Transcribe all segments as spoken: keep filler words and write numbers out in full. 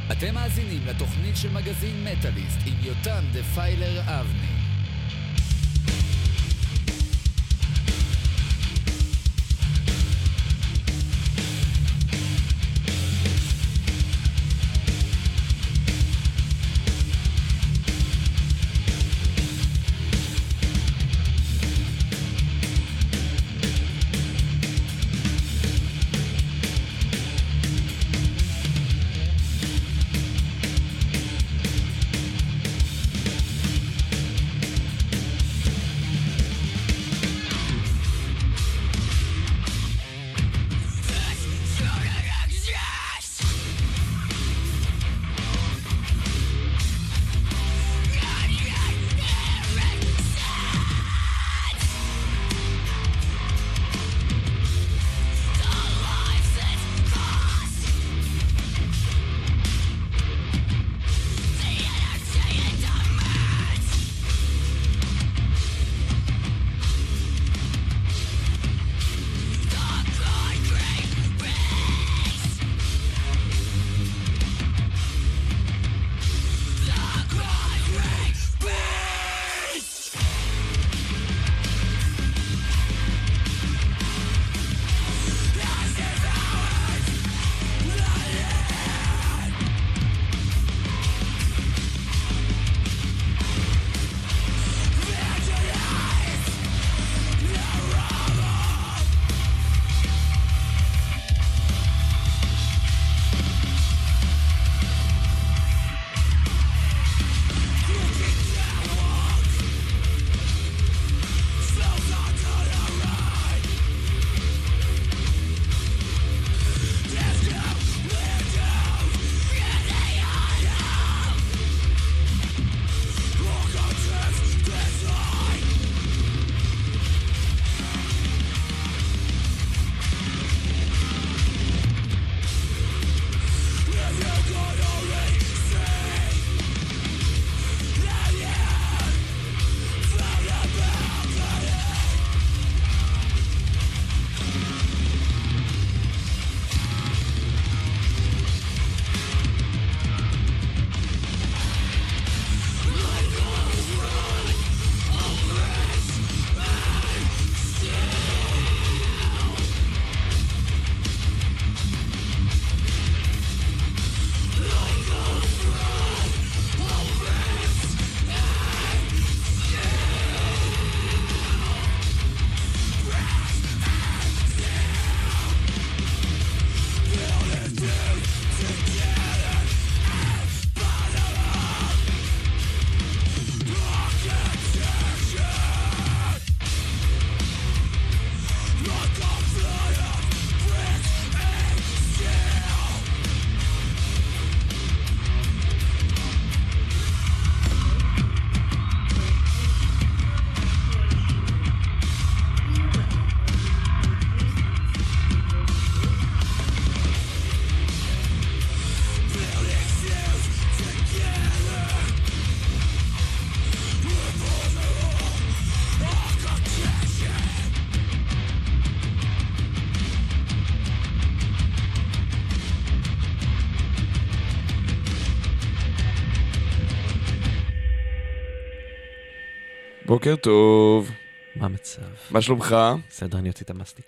אתם מאזינים לתוכנית של מגזין מטאליסט עם יותם דפיילר אבני. בוקר טוב. מה המצב? מה שלומך? בסדר, אני יוציא את המסטיק.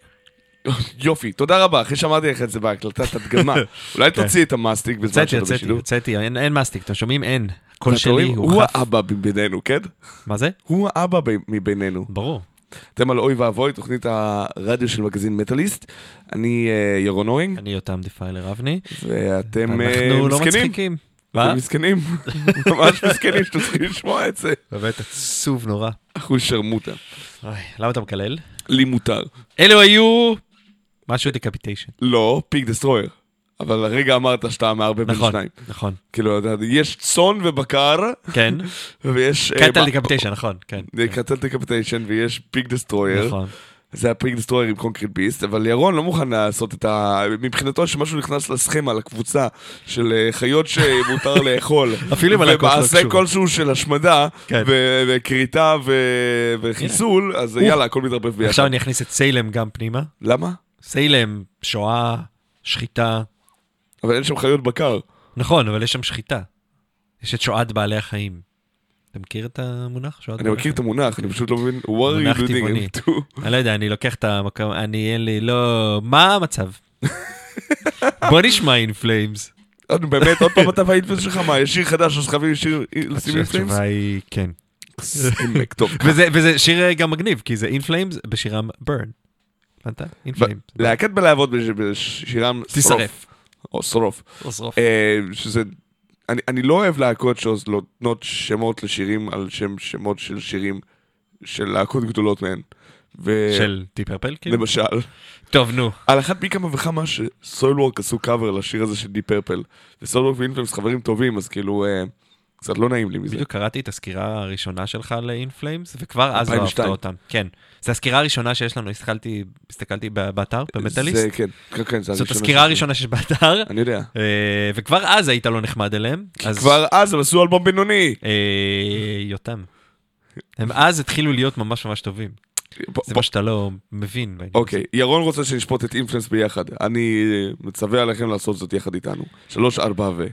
יופי, תודה רבה. אחרי שאמרתי לך את זה בהקלטת הדגמה. אולי תוציא את המסטיק בזמן שלו בשידור. יצאתי, יצאתי, אין מסטיק, אתם שומעים? אין. קול שלי הוא הוא חף. האבא מבינינו, כן? מה זה? הוא האבא מבינינו. ברור. אתם על אוי ואבוי, תוכנית הרדיו של מגזין מטאליסט. אני ירון אורינג. אני יותם דפיילר אבני. ואתם אנחנו לא מצחיקים. אתם מסכנים. ממש מסכנים שאתם צריכים לשמוע את זה. באמת עצוב נורא. אחוז שרמוטה. למה אתה מקלל? לי מותר. אלו היו משהו דקפיטיישן. לא, פיג דסטרויר. אבל הרגע אמרת שאתה מערבב בין שניים. נכון. כאילו, יש צאן ובקר. כן. ויש... קטל דקפיטיישן, נכון. קטל דקפיטיישן ויש פיג דסטרויר. נכון. זה הפיג דסטרויר עם קונקריט ביסט, אבל ירון לא מוכן לעשות את ה... מבחינתו שמשהו נכנס לסכמה, לקבוצה של חיות שמותר לאכול. אפילו אם הלקות לא ומעשה כלשהו של השמדה, כן. וקריטה וחיסול, אז יאללה, הכל מתערבב ביחד. עכשיו אני אכניס את סיילם גם פנימה. למה? סיילם, שואה, שחיטה. אבל אין שם חיות בקר. נכון, אבל יש שם שחיטה. יש את שואת בעלי החיים. אתה מכיר את המונח? אני מכיר את המונח, אני פשוט לא מבין, what are מונח you טבעוני. doing? אני לא יודע, אני לוקח את המקום, אני אין לי, לא... מה המצב? בוא נשמע אין פליימס. באמת, עוד פעם אתה באינפליימס שלך, מה, יש שיר חדש, אז חייבים שיר לשים אינפליימס? התשובה היא כן. סטימק, טוב. וזה, וזה שיר גם מגניב, כי זה אינפליימס בשירם ברן. הבנת? אינפליימס. להקת בלהבות בשירם תשרף. או שרוף. או שרוף. אה, שזה... אני, אני לא אוהב להקות שנותנות שמות לשירים על שם שמות של שירים של להקות גדולות מהן. ו... של דיפ פרפל? כאילו? למשל. טוב, נו. על אחת פי כמה וכמה שסוילוורק עשו קאבר לשיר הזה של דיפ פרפל. וסוילוורק ואינפליימס חברים טובים, אז כאילו... אה, קצת לא נעים לי מזה. בדיוק קראתי את הסקירה הראשונה שלך לאינפליימס, וכבר אז לא אלפיים ושתיים. אהבת אותם. כן. זו הסקירה הראשונה שיש לנו, הסתכלתי, הסתכלתי באתר, במטליסט. זה, כן, כן, כן, זה זאת הסקירה הראשונה שיש באתר. אני יודע. אה, וכבר אז היית לא נחמד אליהם. כי כבר אז הם עשו אלבום בינוני. אה, יותם. הם אז התחילו להיות ממש ממש טובים. זה מה שאתה לא מבין. אוקיי, ירון רוצה שנשפוט את אינפליימס ביחד. אני מצווה עליכם לעשות זאת יחד איתנו. שלוש, ארבע ו...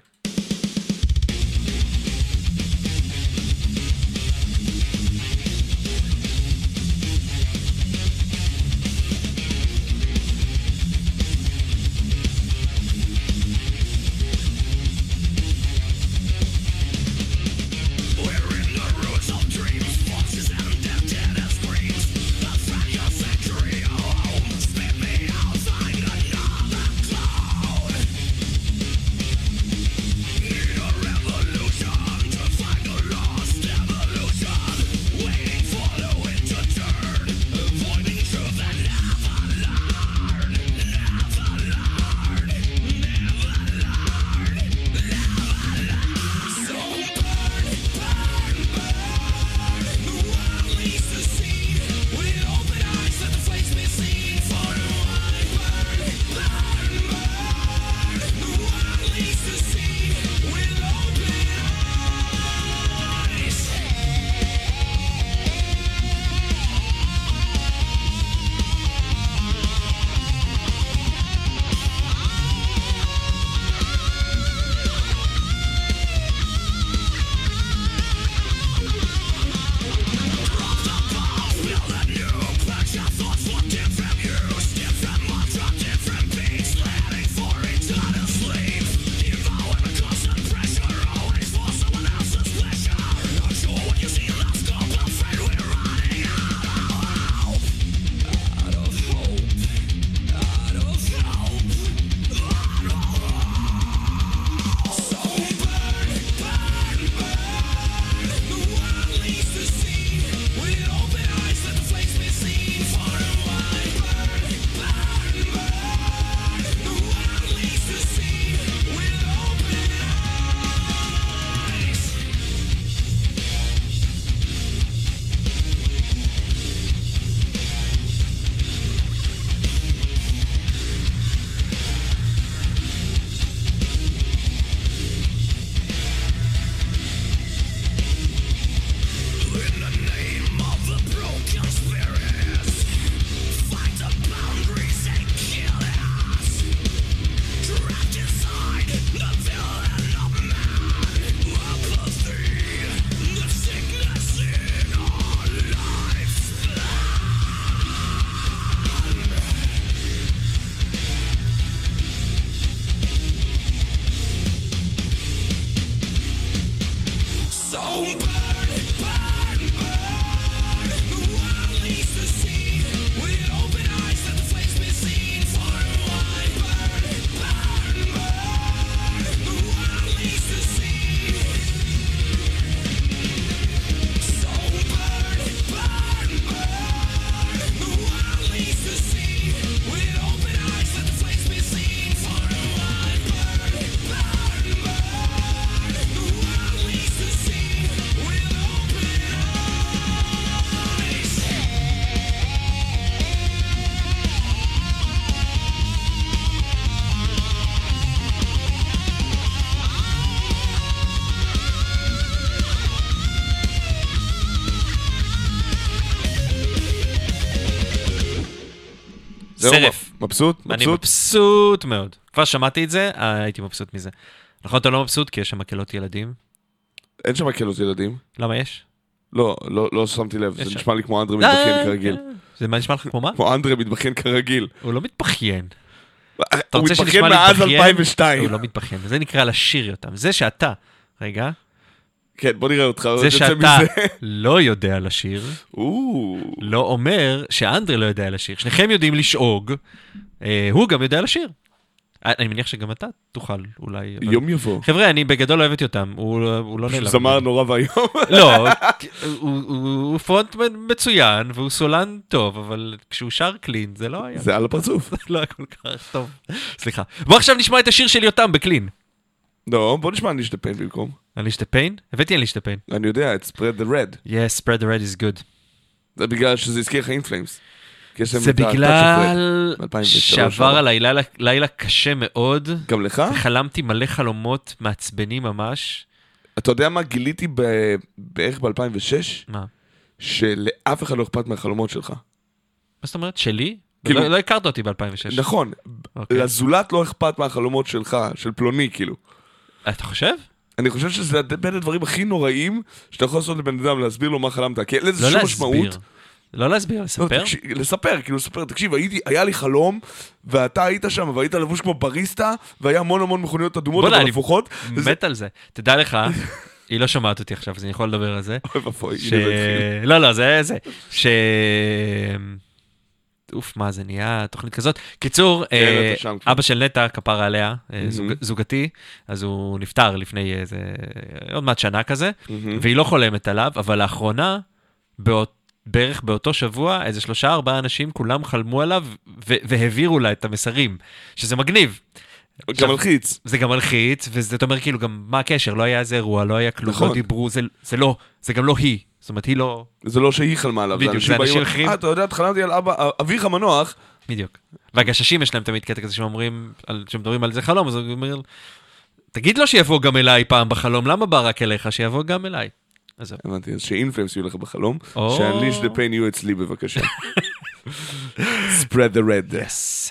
שרף. מבסוט? אני מבסוט מאוד. כבר שמעתי את זה, הייתי מבסוט מזה. נכון, אתה לא מבסוט כי יש שם מקהלות ילדים? אין שם מקהלות ילדים. למה יש? לא, לא, לא שמתי לב, זה יש- נשמע לי כמו אנדרה מתבכיין כרגיל. זה מה נשמע לך כמו מה? כמו אנדרה מתבכיין כרגיל. הוא לא מתבכיין. הוא רוצה מתבכיין שנשמע מאז להתבכיין? אלפיים ושתיים. הוא לא מתבכיין, זה נקרא לשיר יותם. זה שאתה, רגע, כן, בוא נראה אותך. זה יוצא שאתה מזה. לא יודע לשיר, או, לא אומר שאנדרה לא יודע לשיר. שניכם יודעים לשאוג, אה, הוא גם יודע לשיר. אה, אני מניח שגם אתה תוכל אולי. אבל- יום יבוא. חבר'ה, אני בגדול אוהבת אותם, הוא הוא לא נעלם. זמר נורא והיום. לא, הוא- הוא- הוא פרונט מצוין, והוא סולן טוב, אבל כשהוא שר קלין, זה לא היה. זה על הפרצוף. זה לא היה כל כך טוב. סליחה. בוא עכשיו נשמע את השיר של יותם בקלין. לא, בוא נשמע אני שתפן במקום. Unleash the Pain? הבאתי Unleash the Pain. אני יודע, את spread the red. Yes, spread the red is good. זה בגלל שזה הזכיר לך אינפלאמס. זה בגלל אלפיים ושלוש, שעבר ארבע. עליי לילה- לילה קשה מאוד, גם לך? וחלמתי מלא חלומות מעצבנים ממש. אתה יודע מה גיליתי ב- בערך ב-אלפיים ושש? מה? שלאף אחד לא אכפת מהחלומות שלך. מה זאת אומרת? שלי? כאילו- לא לא הכרת אותי ב-אלפיים ושש. נכון, אוקיי. לזולת לא אכפת מהחלומות שלך, של פלוני כאילו. אתה חושב? אני חושב שזה בין הדברים הכי נוראיים שאתה יכול לעשות לבן אדם, להסביר לו מה חלמת, כי אין לזה לא שום להסביר. משמעות. לא להסביר, לא, לספר? תקשיב, לספר, כאילו לספר, תקשיב, הייתי, היה לי חלום, ואתה היית שם, והיית לבוש כמו בריסטה, והיה המון המון מכוניות אדומות, בוא'נה, אבל אני הפוכות. וזה- מת על זה. תדע לך, היא לא שומעת אותי עכשיו, אז אני יכול לדבר על זה. אוי ואבוי, ש... הנה זה התחיל. לא, לא, זה זה. ש... אוף, מה זה נהיה תוכנית כזאת. קיצור, כן, אה, אתה שם כבר. אבא של נטע, כפרה עליה, אה, Mhm. זוג, זוגתי, אז הוא נפטר לפני איזה, עוד מעט שנה כזה, מהמם. והיא לא חולמת עליו, אבל לאחרונה, באות, בערך באותו שבוע, איזה שלושה ארבעה אנשים, כולם חלמו עליו, ו- והעבירו לה את המסרים, שזה מגניב. גם מלחיץ. זה גם מלחיץ, וזה אומר כאילו גם מה הקשר, לא היה איזה אירוע, לא היה כלום, נכון. לא דיברו, זה, זה לא, זה גם לא היא, זאת אומרת, היא לא, זה לא שהיא חלמה עליו, בדיוק, זה אנשים באים, אחרים. אה, אתה יודע, חלמתי על אבא, אביך מנוח, בדיוק. והגששים יש להם תמיד קטע כזה שאומרים, על- שמדברים על זה חלום, אז הוא אומר, תגיד לו שיבוא גם אליי פעם בחלום, למה בא רק אליך? שיבוא גם אליי. אז זהו. הבנתי, אז שאינפלמס יהיו לך בחלום, או. שאנליש דה פיין יהיו אצלי בבקשה. spread the red. Yes.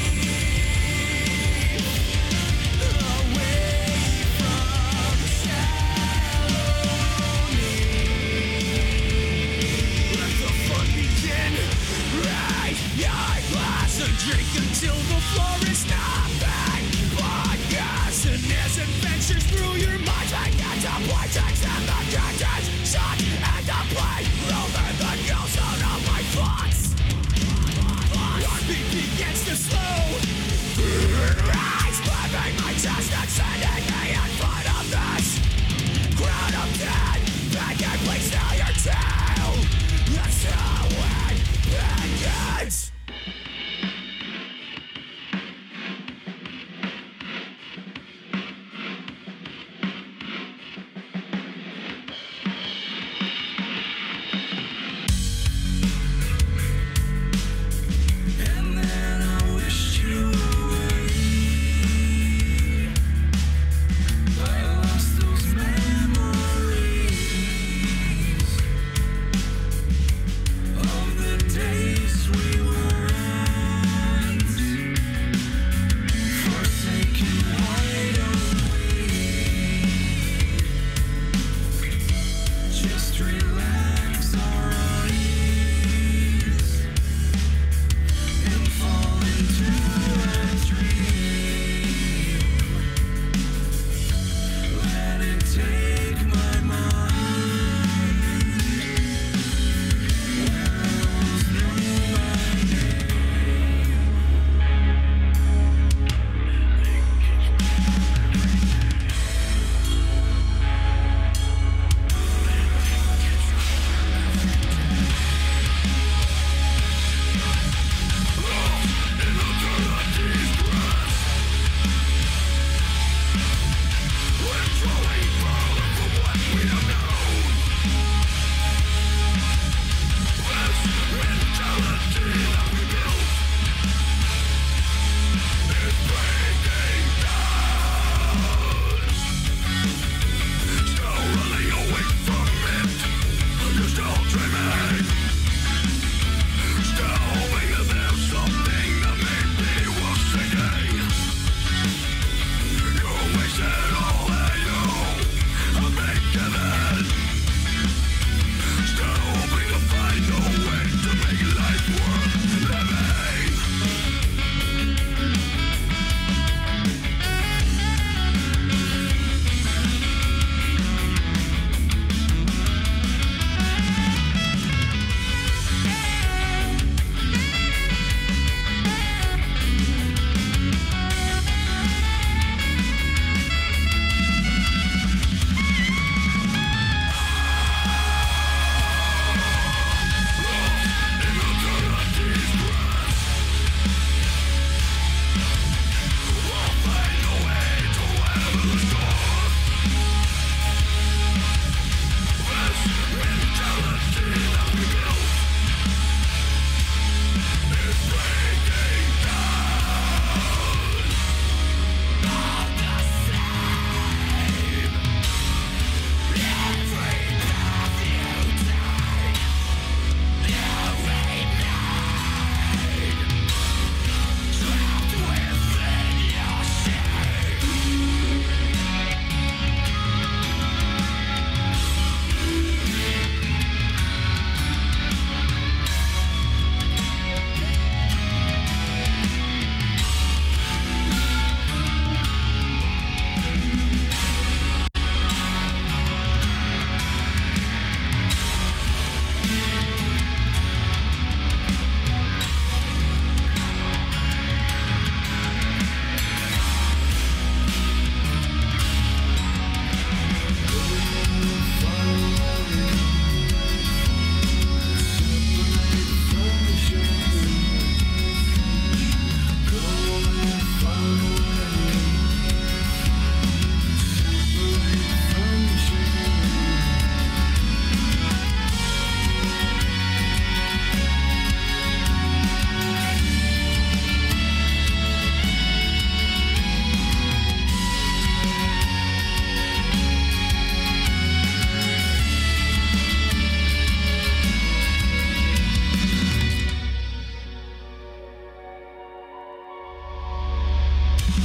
Away from the shadows.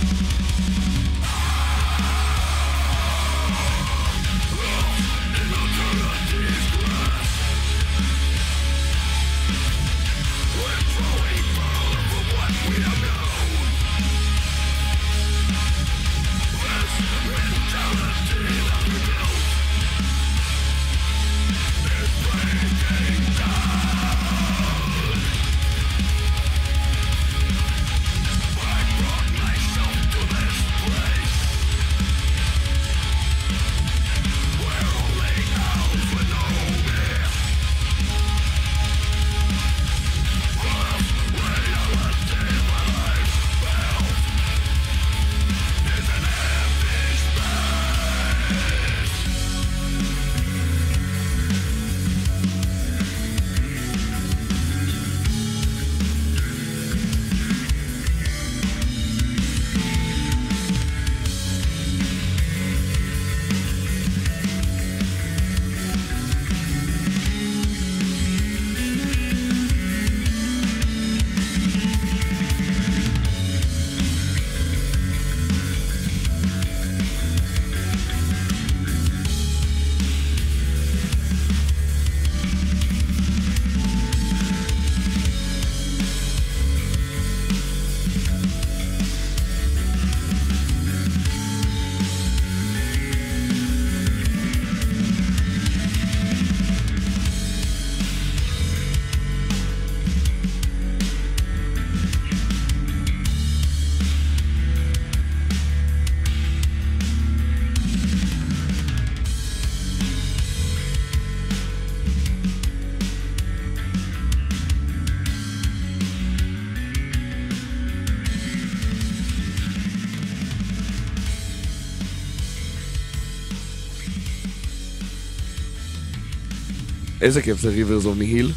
איזה כיף זה Rivers of Nihil.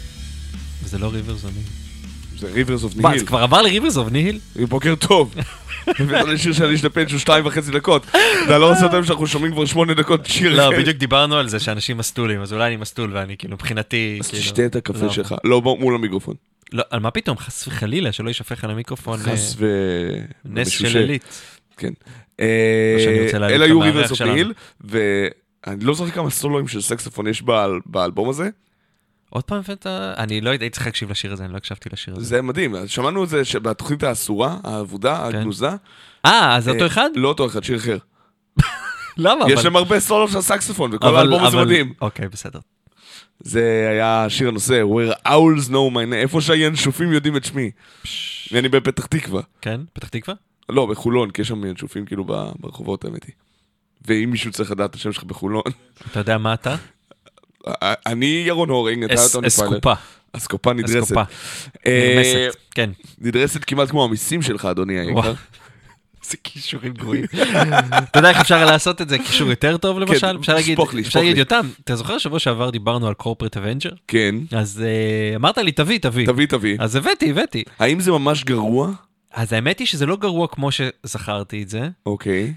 זה לא Rivers of Nihil. זה Rivers of Nihil. מה, זה כבר עבר ל-Rivers of Nihil? בוקר טוב. הבאת לי שיר שאני אשתפן שהוא שתיים וחצי דקות. אתה לא עושה אותם שאנחנו שומעים כבר שמונה דקות שיר. לא, בדיוק דיברנו על זה שאנשים מסטולים, אז אולי אני מסטול ואני כאילו מבחינתי... אז תשתה את הקפה שלך. לא, מול המיקרופון. לא, על מה פתאום? חס וחלילה, שלא ישפך על המיקרופון. חס ו... נס של עילית. כן. שאני רוצה להעליק אלה את היו המארח Rivers of שלנו. Nihil, ואני לא זוכר כמה סולואים של סקסופון יש באלבום הזה. עוד פעם, אני לא הייתי צריך להקשיב לשיר הזה, אני לא הקשבתי לשיר הזה. זה מדהים, שמענו את זה בתוכנית האסורה, העבודה, הגנוזה. אה, אז זה אותו אחד? לא אותו אחד, שיר אחר. למה? יש להם הרבה סולו של סקסופון, וכל האלבום הזה מדהים. אוקיי, בסדר. זה היה שיר הנושא, Where Owls Know My Name, איפה שהינשופים יודעים את שמי. ואני בפתח תקווה. כן? פתח תקווה? לא, בחולון, כי יש שם ינשופים כאילו ברחובות, האמת היא. ואם מישהו צריך לדעת את השם שלך בחולון. אתה יודע מה אתה? אני ירון הורינג, אתה יותר נפיילר. אסקופה. אסקופה נדרסת. אסקופה. נרמסת, כן. נדרסת כמעט כמו המיסים שלך, אדוני היקר. זה קישורים גרועים. אתה יודע איך אפשר לעשות את זה? קישור יותר טוב למשל? אפשר להגיד, יותם, אתה זוכר שבוע שעבר דיברנו על קורפרט אבנג'ר? כן. אז אמרת לי, תביא, תביא. תביא, תביא. אז הבאתי, הבאתי. האם זה ממש גרוע? אז האמת היא שזה לא גרוע כמו שזכרתי את זה. אוקיי.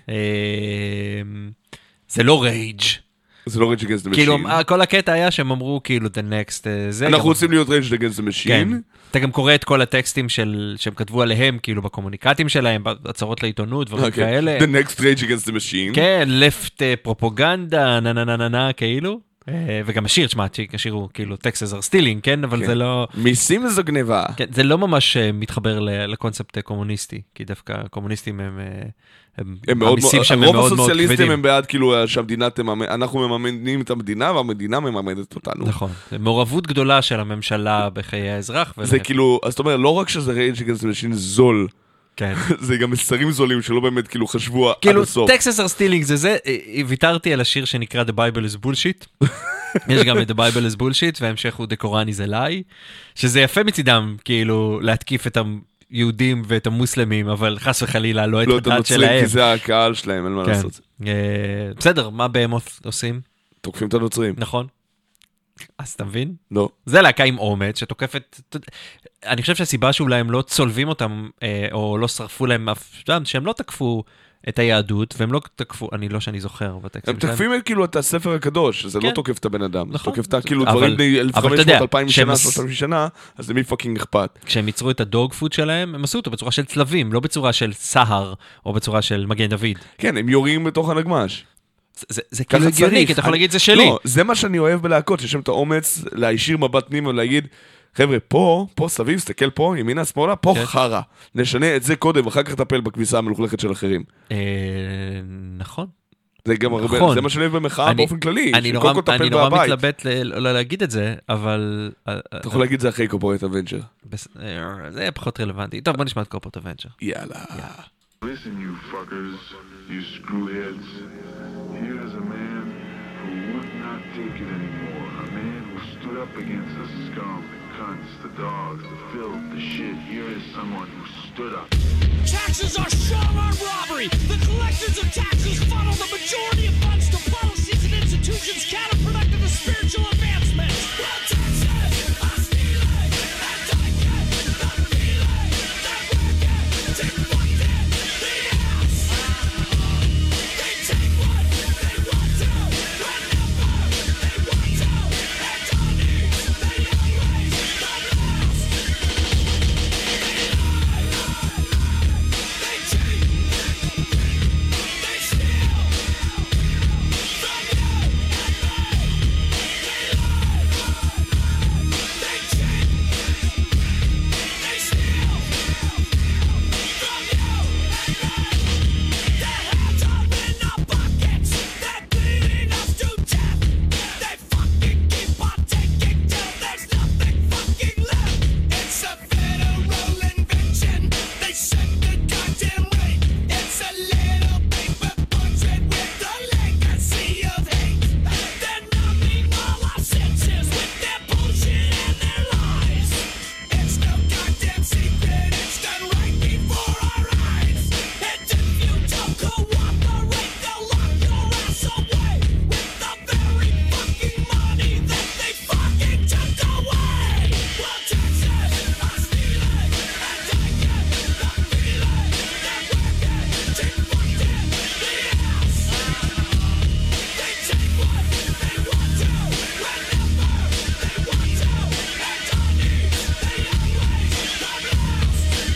זה לא רייג'. זה לא Rage Against the Machine. כאילו, כל הקטע היה שהם אמרו, כאילו, the next... אנחנו רוצים להיות Rage Against the Machine. כן. אתה גם קורא את כל הטקסטים שהם כתבו עליהם, כאילו, בקומוניקטים שלהם, בהצהרות לעיתונות, דברים כאלה. The next Rage Against the Machine. כן, left פרופוגנדה, נה נה נה נה נה, כאילו. וגם השיר, תשמע, השיר הוא כאילו Texas are stealing, כן? אבל זה לא... מיסים זו גניבה. כן, זה לא ממש מתחבר לקונספט קומוניסטי, כי דווקא קומוניסטים הם... המיסים שם הם מאוד מאוד כבדים. רוב הסוציאליסטים הם בעד כאילו שהמדינה תממן, אנחנו מממנים את המדינה והמדינה מממנת אותנו. נכון, זה מעורבות גדולה של הממשלה בחיי האזרח. זה כאילו, אז אתה אומר, לא רק שזה Rage Against the Machine זול, כן. זה גם מסרים זולים שלא באמת כאילו חשבו עד הסוף. כאילו, Texas are stealing זה זה, ויתרתי על השיר שנקרא The Bible is Bullshit. יש גם את The Bible is Bullshit, וההמשך הוא The Quran is a lie, שזה יפה מצידם, כאילו, להתקיף את היהודים ואת המוסלמים, אבל חס וחלילה לא את הדת שלהם. לא, כי זה הקהל שלהם, אין מה לעשות. בסדר, מה בהמות עושים? תוקפים את הנוצרים. נכון. אז אתה מבין? לא. זה להקה עם אומץ שתוקפת... אני חושב שהסיבה שאולי הם לא צולבים אותם, או לא שרפו להם אף... שהם לא תקפו את היהדות, והם לא תקפו, אני לא שאני זוכר בטקסטים הם שלהם. תקפים כאילו את הספר הקדוש, זה כן. לא תוקף את הבן אדם, זה נכון. תוקף את כאילו אבל- דברים בני אלף אבל וחמש אתה יודע, מאות, אלפיים שנה, שהם- שלושת אלפים שנה, אז למי פאקינג אכפת? כשהם ייצרו את הדוג פוד שלהם, הם עשו אותו בצורה של צלבים, לא בצורה של סהר, או בצורה של מגן דוד. כן, הם יורים בתוך הנגמש. זה- זה- זה ככה כאילו הגיוני, צריך. כי אתה יכול אני- להגיד זה שלי. לא, זה מה שאני אוהב בלהקות, שיש שם את האומץ להישיר מבט פנימה ולהגיד, חבר'ה, פה, פה סביב, סתכל פה, ימינה, שמאלה, פה כן. חרה. נשנה את זה קודם, אחר כך טפל בכביסה המלוכלכת של אחרים. אה, נכון. זה גם הרבה, נכון. זה מה שאני אוהב במחאה אני- באופן כללי, אני שקודם נורא כל טפל אני נורא בהבית. מתלבט ל- לא להגיד את זה, אבל... אתה יכול להגיד את זה אחרי קורפורט אבנצ'ר. בס- אה, זה פחות רלוונטי. טוב, בוא נשמע את קורפורט אבנצ'ר. יאללה. Listen, you fuckers, you screwheads. Here's a man who would not take it anymore. A man who stood up against the scum, the cunts, the dogs, the filth, the shit. Here is someone who stood up. Taxes are strong on robbery. The collectors of taxes funnel the majority of funds to policies and institutions counterproductive of spiritual advancement. Well, taxes are stealing, and I get the feeling that we're getting fucked in the ass. They take what they want to, whenever they want to, and on these they always come last. They cheat, they steal from you and me. They lie, they cheat, they steal from you and me. Their hands are in our pockets, they're bleeding us to death. They fucking keep on taking till there's nothing fucking left. It's a federal invention. They send the goddamn rate. It's a little paper portrait with a legacy of hate. They're numbing all our senses with their bullshit and their lies. It's no goddamn secret. It's done right before our eyes. And if you don't cooperate, they'll lock your ass away with the very fucking money that they fucking took away. Well, taxes are stealing, and I get the feeling that we're getting fucked in the ass. They take what they want to, whenever they want to, and on these they always come last.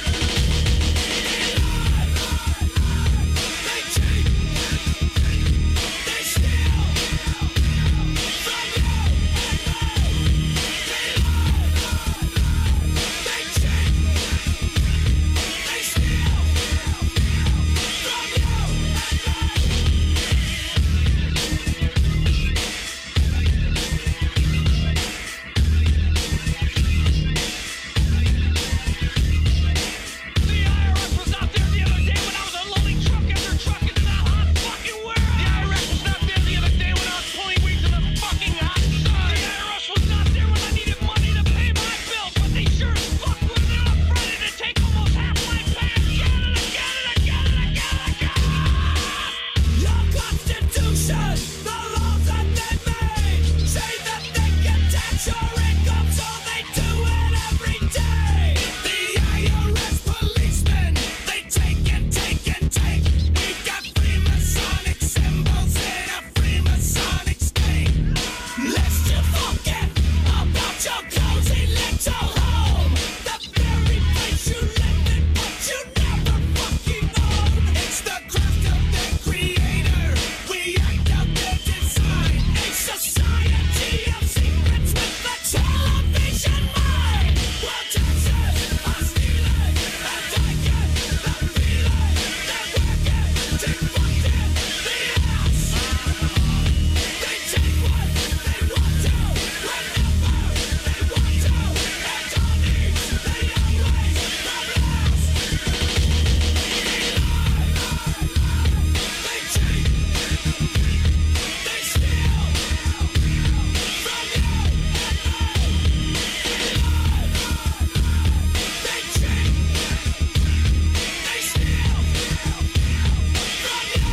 They cheat, they steal from you and me. They lie, they cheat, they steal from you and me. The I R S was out there the other day when I was unloading truck after truck into that hot fucking warehouse. The I R S was not there the other day when I was pulling weeds in the fucking hot sun. The I R S was not there when I needed money to pay my bills, but they sure as fuck were there on Friday to take almost half my pay again and again and again and again and again. Your Constitution, the laws that they made, say that they can tax your income, so they do it every day. The I R S policemen, they take and take and take. We've got Freemasonic symbols in a Freemasonic state. Lest you forget about your cozy little home, the very place you live in, but you never fucking own. It's the craft of the creator. We act out their design. A society of secrets with a television mind. Well, taxes are stealing, and I get the feeling that we're getting fucked in the ass. They take what they want to, whenever they want to, and on these they always come last. They cheat, they steal from you and me. They cheat, they steal from you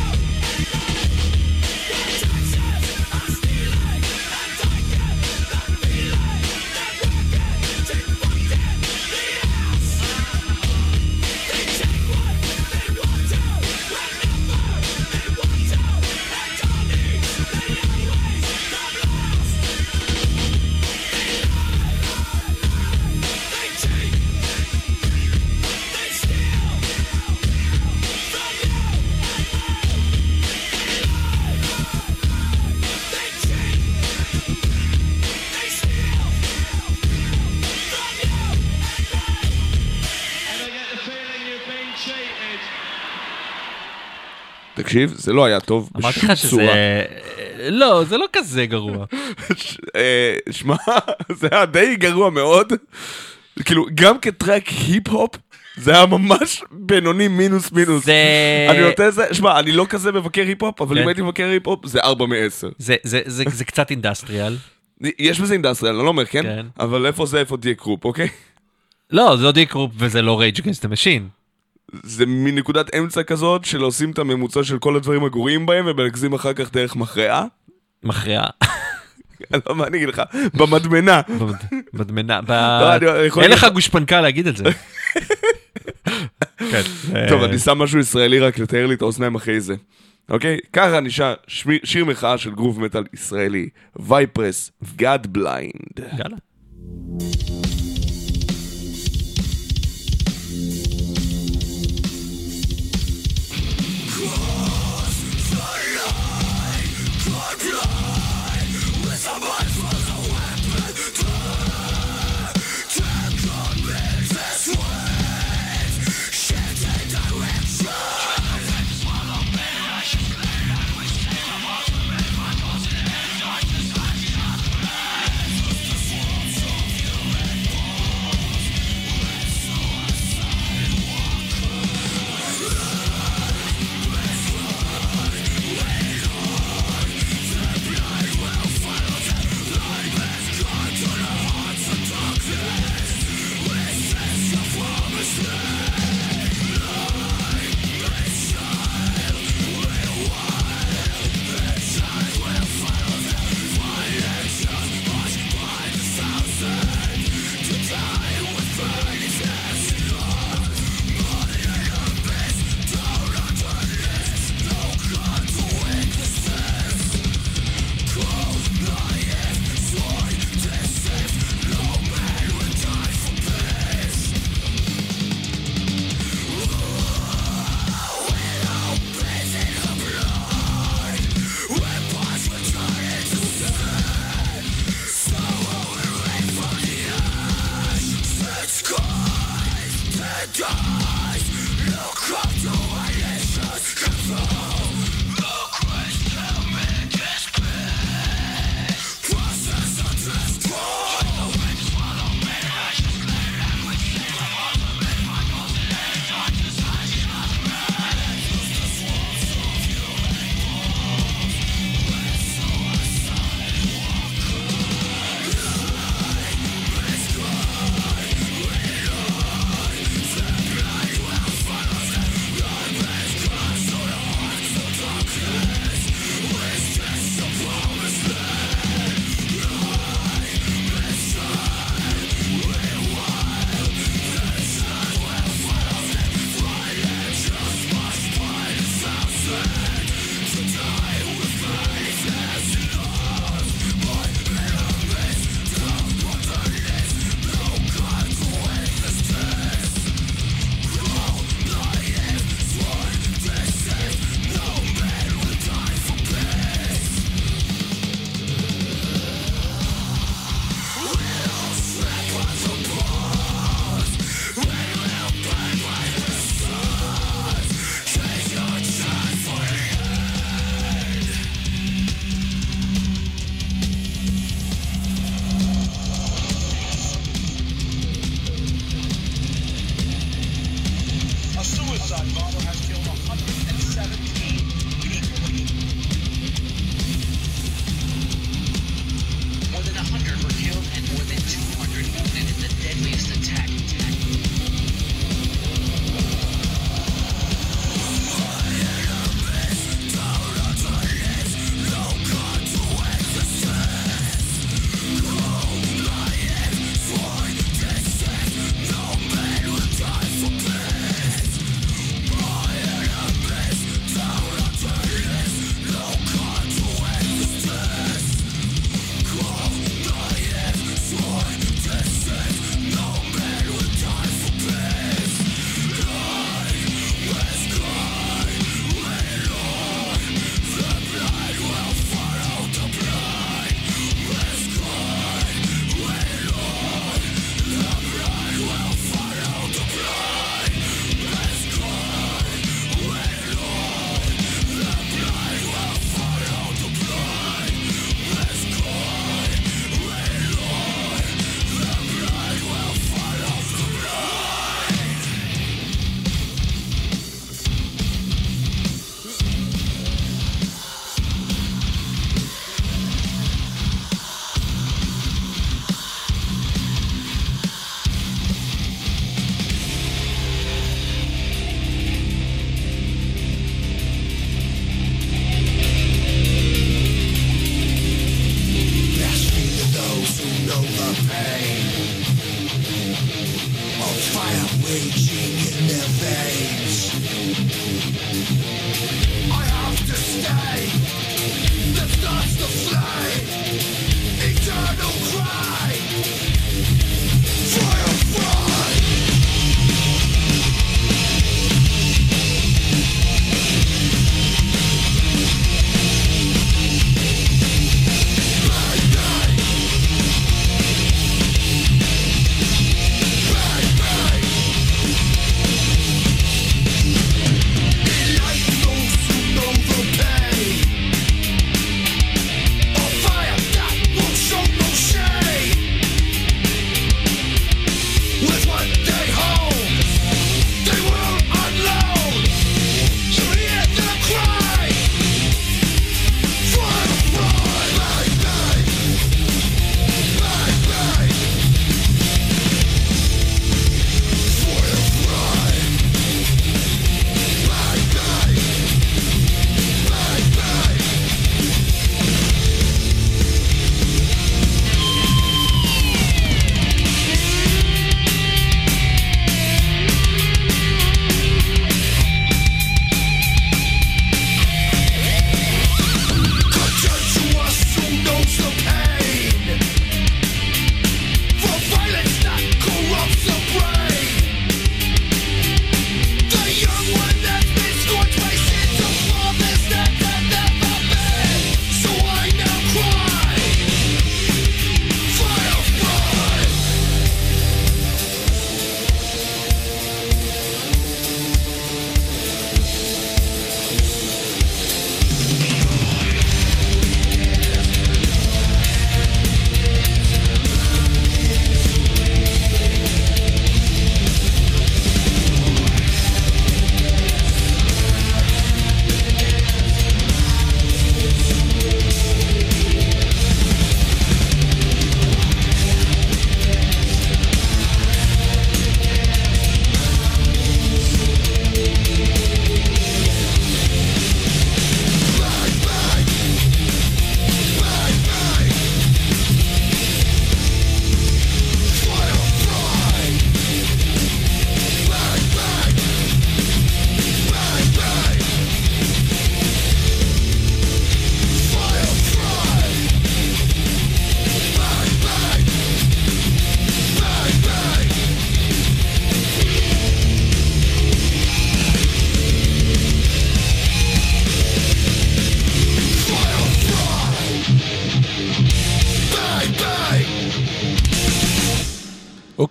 תקשיב, זה לא היה טוב אמרתי בשום לך שזה... צורה. לא, זה לא כזה גרוע. אה, שמע, זה היה די גרוע מאוד. כאילו, גם כטרק היפ-הופ, זה היה ממש בינוני מינוס מינוס. זה... אני נותן את זה, שמע, אני לא כזה מבקר היפ-הופ, אבל כן. אם הייתי מבקר היפ-הופ, זה ארבע מעשר. זה, זה, זה, זה קצת אינדסטריאל. יש בזה אינדסטריאל, אני לא אומר, כן? כן. אבל איפה זה, איפה תהיה קרופ, אוקיי? לא, זה לא דיק רופ וזה לא רייג' אגיינסט המשין. זה מנקודת אמצע כזאת, של עושים את הממוצע של כל הדברים הגרועים בהם, ומנקזים אחר כך דרך מכריעה. מכריעה. אני לא מה אני אגיד לך, במדמנה. מדמנה. לא, אני יכול אין להגיד לך גושפנקה להגיד את זה. כן. טוב, אני שם משהו ישראלי רק לתאר לי את האוזניים אחרי זה. אוקיי? ככה נשאר שיר מחאה של גרוב מטל ישראלי. וייפרס, God Blind. יאללה.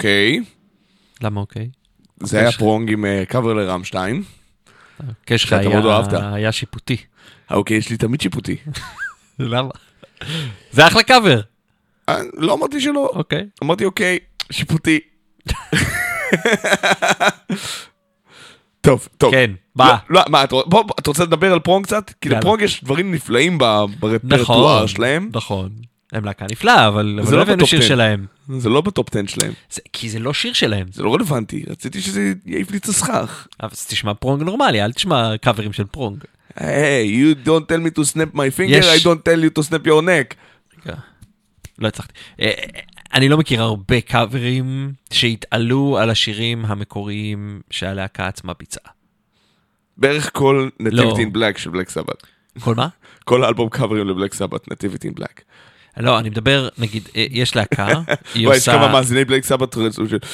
אוקיי. למה אוקיי? זה היה פרונג עם קאבר לרמשטיין. הקש שאתה מאוד אהבת. היה שיפוטי. אוקיי, יש לי תמיד שיפוטי. למה? זה אחלה קאבר. אה, לא אמרתי שלא. אוקיי. אמרתי אוקיי, שיפוטי. טוב, טוב. כן, בא. לא, לא, מה, אתה, בוא, אתה רוצה לדבר על פרונג קצת? כי יאללה. לפרונג יש דברים נפלאים ב- ברפרטואר שלהם. נכון. הם להקה נפלאה, אבל אבל לא לא הבאנו בטופ שיר עשר. שלהם. זה לא בטופ עשר שלהם. זה- כי זה לא שיר שלהם. זה לא רלוונטי. רציתי שזה יעיף לי את הסכך. אז תשמע פרונג נורמלי, אל תשמע קאברים של פרונג. Hey, you don't tell me to snap my finger, יש- I don't tell you to snap your neck. רגע, לא הצלחתי. אה, אני לא מכיר הרבה קאברים שהתעלו על השירים המקוריים שהלהקה עצמה ביצעה. בערך כל לא. Nativity in Black של בלק סבת. כל מה? כל האלבום קאברים לבלק סבת, Nativity in Black. לא, אני מדבר, נגיד, אה, יש להקה, היא וואי, יש כמה עושה... מאזיני בלק סבת רצו של...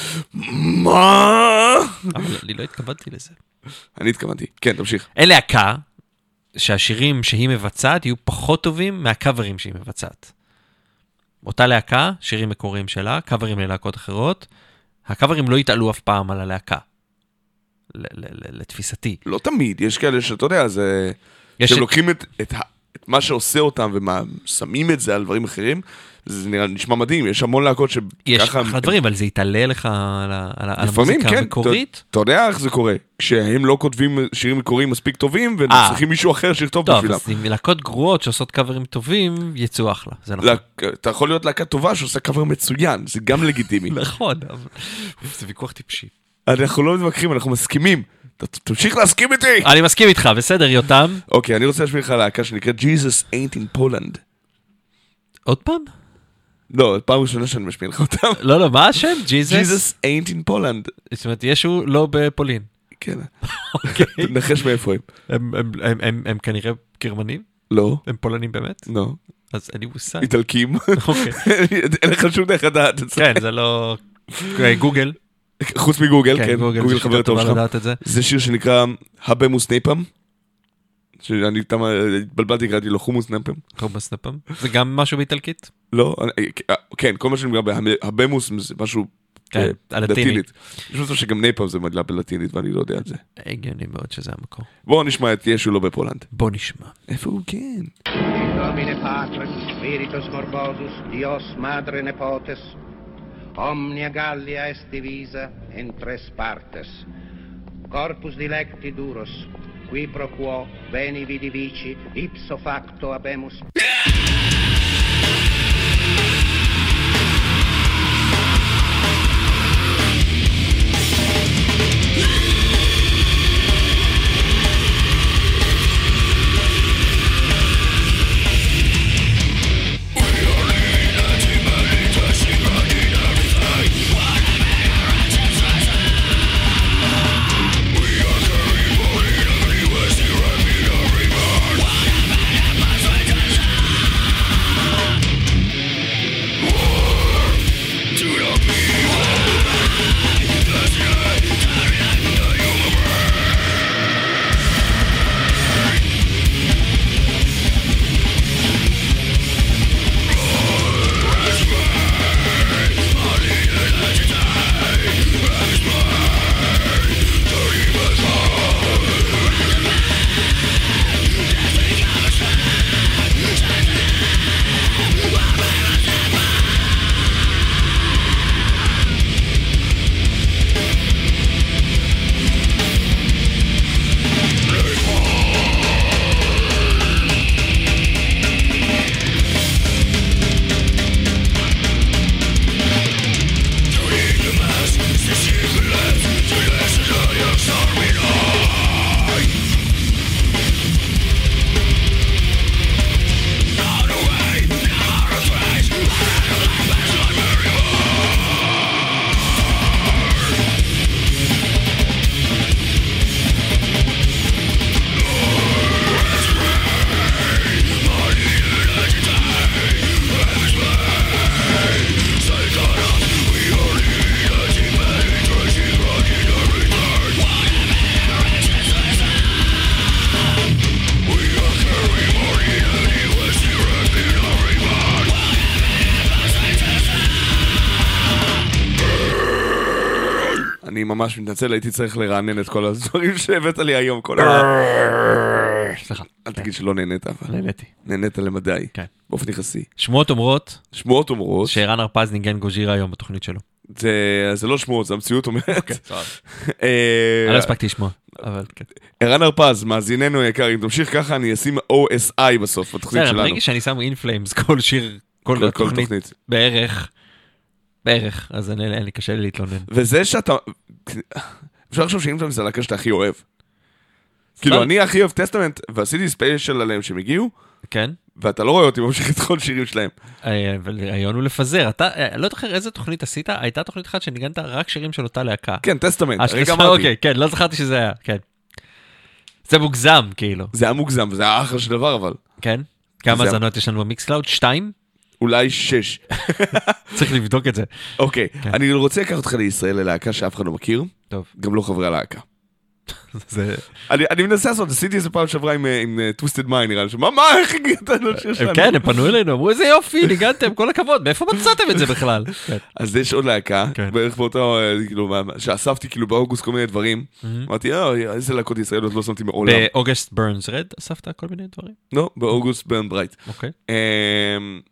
מה? אבל אני לא התכוונתי לזה. אני התכוונתי. כן, תמשיך. אין להקה שהשירים שהיא מבצעת יהיו פחות טובים מהקאברים שהיא מבצעת. אותה להקה, שירים מקוריים שלה, קאברים ללהקות אחרות, הקאברים לא יתעלו אף פעם על הלהקה. ל- ל- ל- לתפיסתי. לא תמיד, יש כאלה שאתה יודע, זה... יש- כשהם לוקחים את, את, ה- את מה שעושה אותם ושמים את זה על דברים אחרים, זה נראה, נשמע מדהים, יש המון להקות יש שככה... אחלה דברים, אבל זה יתעלה לך על ה- על ה- על לפעמים, המוזיקה כן, המקורית. אתה, אתה יודע איך זה קורה, כשהם לא כותבים שירים מקוריים מספיק טובים, וצריכים מישהו אחר שיכתוב טוב, בשבילם. אז עם להקות גרועות שעושות קאברים טובים, יצאו אחלה, זה נכון. להק- אתה יכול להיות להקה טובה שעושה קאבר מצוין, זה גם לגיטימי. נכון, אבל זה ויכוח טיפשי. אנחנו לא מתווכחים, אנחנו מסכימים. ת- תמשיך להסכים איתי! אני מסכים איתך, בסדר, יותם. אוקיי, אני רוצה להשמיע לך להקה שנקראת Jesus Ain't in Poland. עוד פעם? לא, פעם ראשונה שאני משמיע לך אותם. לא, לא, מה השם? ג'יזוס? Jesus Ain't in Poland. זאת אומרת, ישו לא בפולין. כן. אוקיי. תנחש מאיפה הם. הם- הם- הם- הם- הם כנראה גרמנים? לא, הם פולנים באמת? לא. אז אין לי מושג. איטלקים. אוקיי. אין לך שום דרך לדעת את זה. כן, זה לא... גוגל. חוץ מגוגל, כן, כן. גוגל גוגל זה חבר שיטה טוב טובה שלך. לדעת את זה. זה שיר שנקרא הבמוס נייפם. שאני תם התבלבלתי, קראתי לו חומוס נייפם. חומוס נפם. זה גם משהו באיטלקית? לא, אני- כן, כל מה שנקרא בהבמוס זה משהו כן, אה, הלטינית. לטינית. יש מצב שגם נייפם זה מילה בלטינית ואני לא יודע את זה. הגיוני מאוד שזה המקור. בואו נשמע את ישו לא בפולנד. בוא נשמע. איפה הוא כן? Domine Patris, Spiritus Morbosus, Dios Madre Nepotes, omnia Gallia est divisa in tres partes. Corpus dilecti duros, qui pro quo veni vidi vici, ipso facto habemus. To the ממש מתנצל, הייתי צריך לרענן את כל הדברים שהבאת לי היום, כל ה... סליחה. אל תגיד שלא נהנית, אבל נהניתי. נהנית למדי, כן. באופן יחסי. שמועות אומרות שמועות אומרות, שערן הרפז ניגן גוז'ירה היום בתוכנית שלו. זה זה לא שמועות, זה המציאות אומרת. אני אה, לא הספקתי לשמוע, אבל כן. ערן הרפז, מאזיננו יקר, אם תמשיך ככה אני אשים או אס איי בסוף, בתוכנית בסדר, שלנו. ברגע שאני שם אינפלאמס כל שיר, כל כל- כל תוכנית, תוכנית. בערך, בערך, אז אני- אין לי קשה לי להתלונן. וזה שאתה... אפשר לחשוב שאם זה הלהקה שאתה הכי אוהב. כאילו, אני הכי אוהב טסטמנט, ועשיתי ספיישל עליהם שהם הגיעו, את ואתה לא רואה אותי ממשיך את כל שירים שלהם. אבל הרעיון הוא לפזר. אתה, אה, לא זוכר איזה תוכנית עשית, הייתה תוכנית אחת שניגנת רק שירים של אותה להקה. כן, טסטמנט, אה, הרגע שחסר- אמרתי. אוקיי, כן, לא זכרתי שזה היה, כן. זה מוגזם, כאילו. זה היה מוגזם, וזה היה אחלה של דבר, אבל. כן? כמה זה- האזנות יש לנו במיקסקלאוד? שתיים? אולי שש. צריך לבדוק את זה. אוקיי, כן. אני רוצה לקחת אותך לישראל ללהקה שאף אחד לא מכיר, טוב. גם לא חברי הלהקה. זה... אני אני מנסה לעשות, עשיתי איזה פעם שעברה עם, אה, עם uh, Twisted Mind, נראה לי, שמה, מה, איך הגעת לשיר שלנו? הם כן, הם פנו אלינו, אמרו איזה יופי, ניגנתם, כל הכבוד, מאיפה מצאתם את זה בכלל? כן. אז יש עוד להקה, כן. בערך באותו, אה, כאילו, מה- שאספתי כאילו באוגוסט כל מיני דברים, אמרתי, אה, איזה להקות ישראליות לא שמתי מעולם. באוגוסט ברנס רד אספת כל מיני דברים? לא, באוגוסט ברן ברייט. אוקיי. אמ,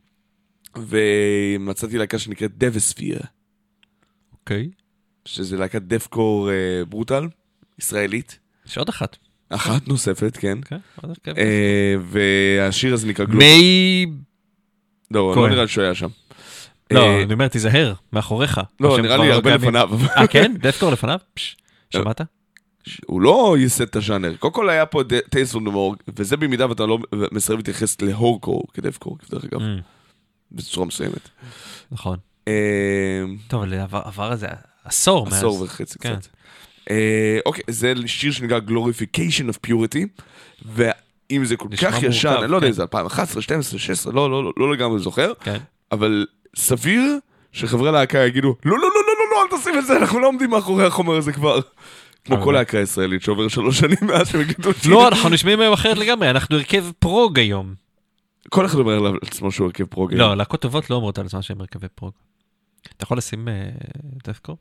ומצאתי להקה שנקראת דבספיר, אוקיי. שזה להקת דפקור אה, ברוטל, ישראלית. יש עוד אחת. אחת נוספת, כן. כן, עוד אחת. אה, והשיר הזה נקרא גלוב. מי... לא, לא כהן. נראה לי שהוא היה שם. לא, אה, אני אומר, תיזהר, מאחוריך. לא, או שהם נראה כבר לי לא הרבה קיימים. לפניו. אה, כן? דפקור לפניו? פש, שמעת? הוא לא ייסד את הז'אנר. קודם כל היה פה טייס פון דמורג, וזה במידה ואתה לא מסרב להתייחס להורקור כדפקור, דרך אגב, Mm, בצורה מסוימת. נכון. אה, טוב, אבל עבר- עבר איזה עשור מאז. עשור וחצי כן. קצת. אה, אוקיי, זה שיר שנקרא Glorification of Purity, ואם זה כל נשמע כך ישן, מורכב, אני לא יודע כן. אם זה אלפיים ואחת עשרה, שתים עשרה, שש עשרה, לא, לא, לא, לא לגמרי זוכר, כן. אבל סביר שחברי להקה יגידו, לא, לא, לא, לא, לא, לא, אל תשים את זה, אנחנו לא עומדים מאחורי החומר הזה כבר. כמו אבל- כל להקה ישראלית שעובר שלוש שנים מאז שהם יגידו, לא, אנחנו נשמעים היום אחרת לגמרי, אנחנו הרכב פרוג היום. כל אחד אומר לעצמו שהוא הרכב פרוג. לא, להקות טובות לא אומרות על עצמם שהם הרכבי פרוג. אתה יכול לשים אה, דפקור?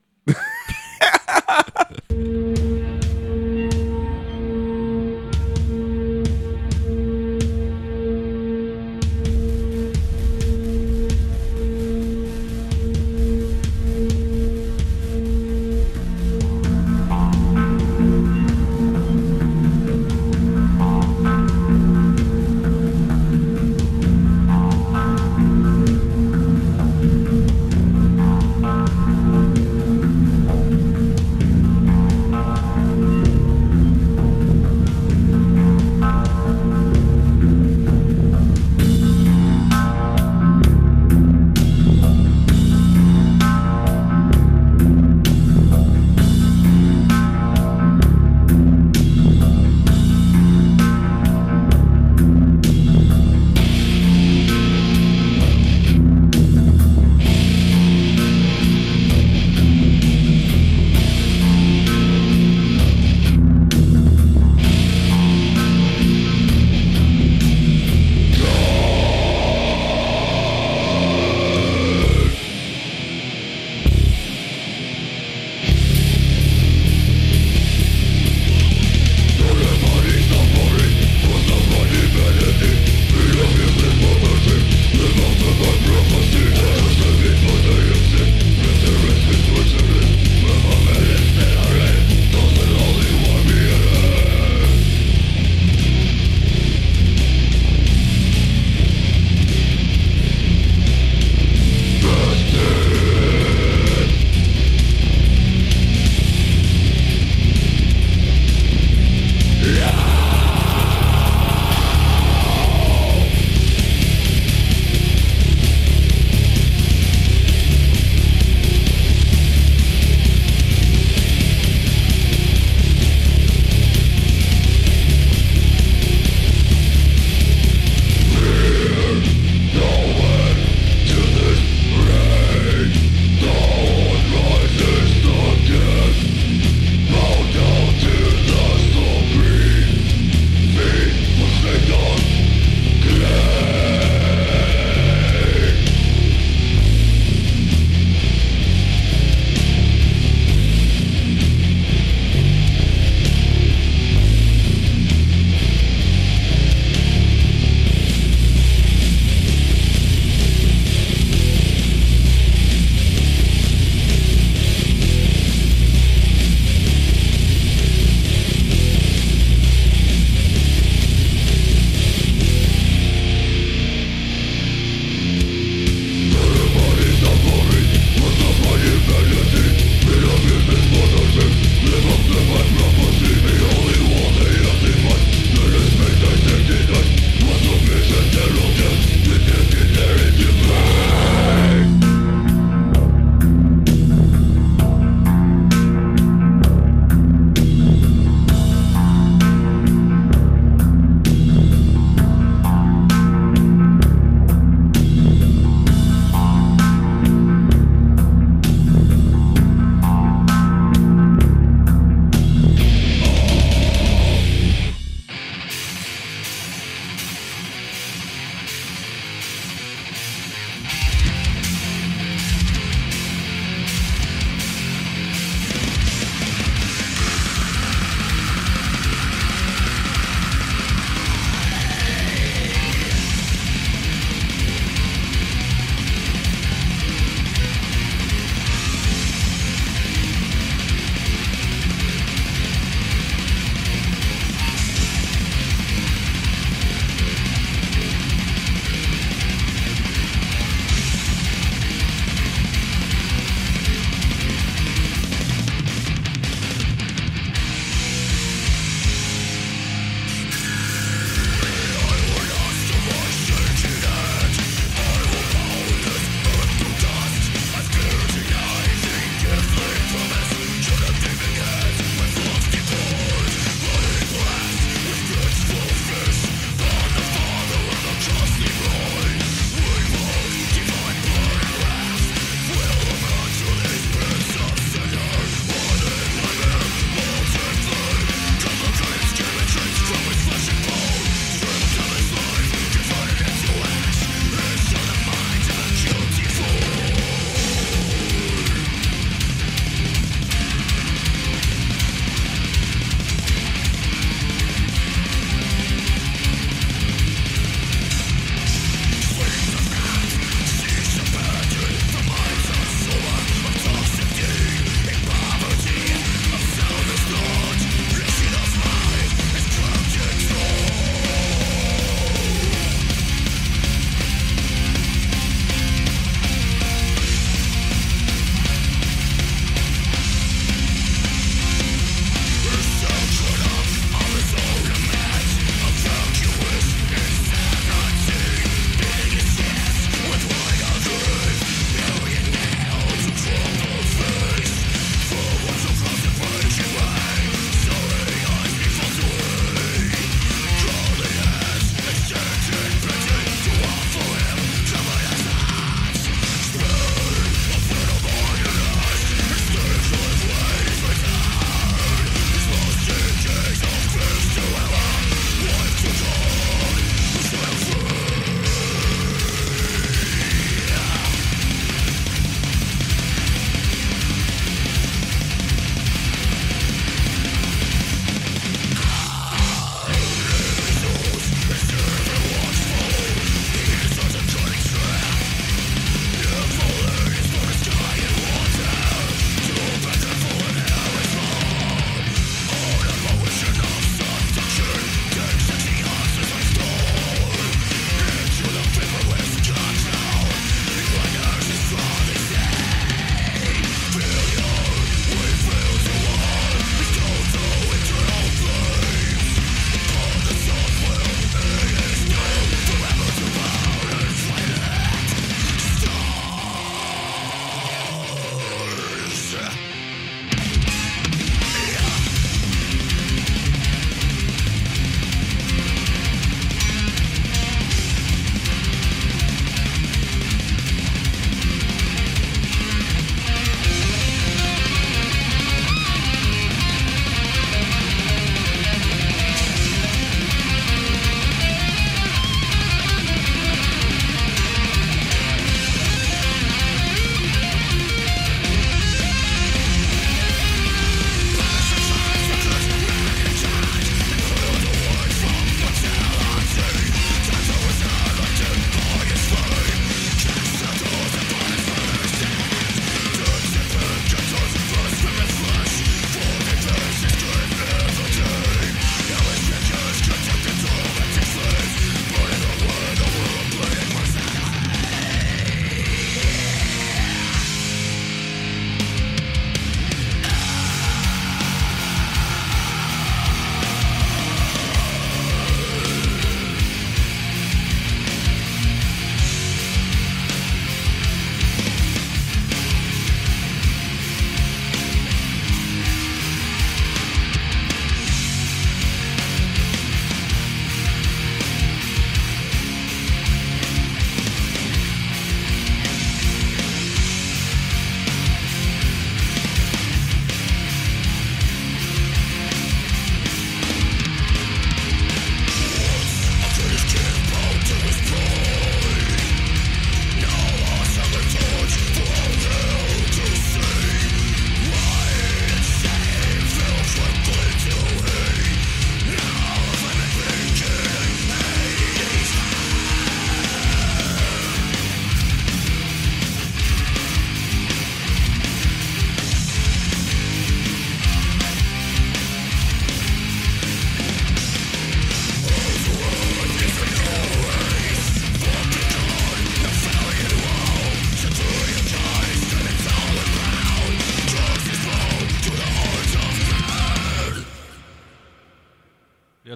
Thank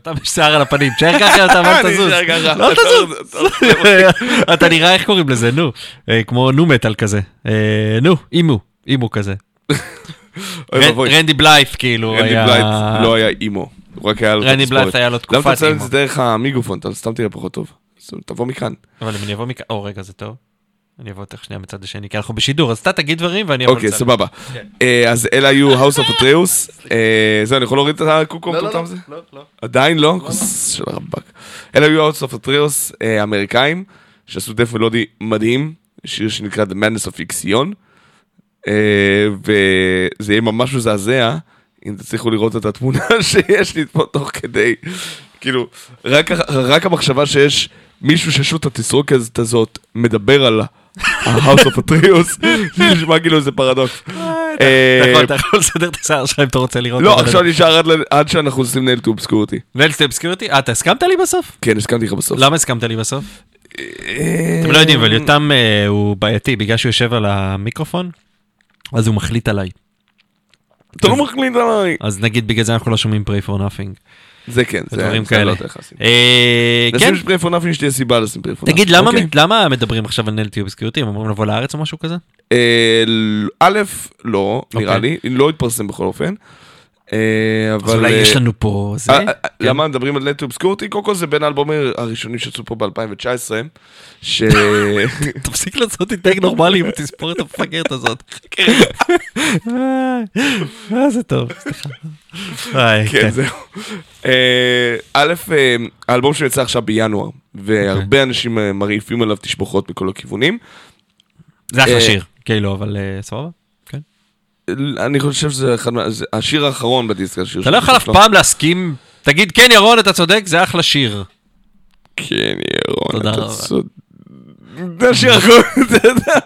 סתם יש שיער על הפנים, תשאר ככה, אתה אמרת תזוז. לא תזוז. אתה נראה איך קוראים לזה, נו. כמו נו מטל כזה. נו, אימו, אימו כזה. רנדי בלייף, כאילו, רנדי בלייף לא היה אימו. רנדי בלייף היה לו תקופת אימו. למה אתה צלם את זה דרך המיקרופון? אתה סתם תראה פחות טוב. תבוא מכאן. אבל אם אני אבוא מכאן, או רגע, זה טוב. אני אבוא תך שנייה מצד השני, כי אנחנו בשידור, אז אתה תגיד דברים ואני אבוא אוקיי, סבבה. אז אלה היו House of Atreus. זהו, אני יכול להוריד את הקוקום פתאום הזה? לא, לא. עדיין לא? של הרבק. אלה היו House of Atreus האמריקאים, שעשו דף מלודי מדהים, שיר שנקרא The Madness of Ixion, וזה יהיה ממש מזעזע, אם תצליחו לראות את התמונה שיש לי פה תוך כדי, כאילו, רק המחשבה שיש מישהו ששוט התסרוקת הזאת מדבר על ה-House of Atreus, נשמע כאילו איזה פרדוקס. אתה יכול לסדר את השיער שלך אם אתה רוצה לראות. לא, עכשיו נשאר עד שאנחנו עושים נייל טו אובסקוריטי. נייל טו אובסקוריטי? אה, אתה הסכמת לי בסוף? כן, הסכמתי לך בסוף. למה הסכמת לי בסוף? אתם לא יודעים, אבל יותם הוא בעייתי, בגלל שהוא יושב על המיקרופון, אז הוא מחליט עליי. אתה לא מחליט עליי. אז נגיד בגלל זה אנחנו לא שומעים pray for nothing. זה כן, זה דברים כאלה. נשים שפרי פור נפין שתהיה סיבה לשים פרי פור נפין. תגיד, למה מדברים עכשיו על נייל טו אובסקוריטי? הם אמורים לבוא לארץ או משהו כזה? א', לא, נראה לי, לא התפרסם בכל אופן. אז אולי יש לנו פה זה? למה מדברים על נייל טו אובסקוריטי? קודם כל זה בין האלבומים הראשונים שיצאו פה ב-אלפיים תשע עשרה, ש... תפסיק לעשות איתק נורמלי עם התספורת המפגרת הזאת. אה, זה טוב, סליחה. כן, זהו. א', האלבום שיצא עכשיו בינואר, והרבה אנשים מרעיפים עליו תשבחות מכל הכיוונים. זה אחלה שיר, כאילו, אבל סבבה? כן. אני חושב שזה השיר האחרון בדיסק. אתה לא יכול אף פעם להסכים, תגיד, כן ירון, אתה צודק, זה אחלה שיר. כן ירון, אתה צודק. זה השיר האחרון, אתה יודע.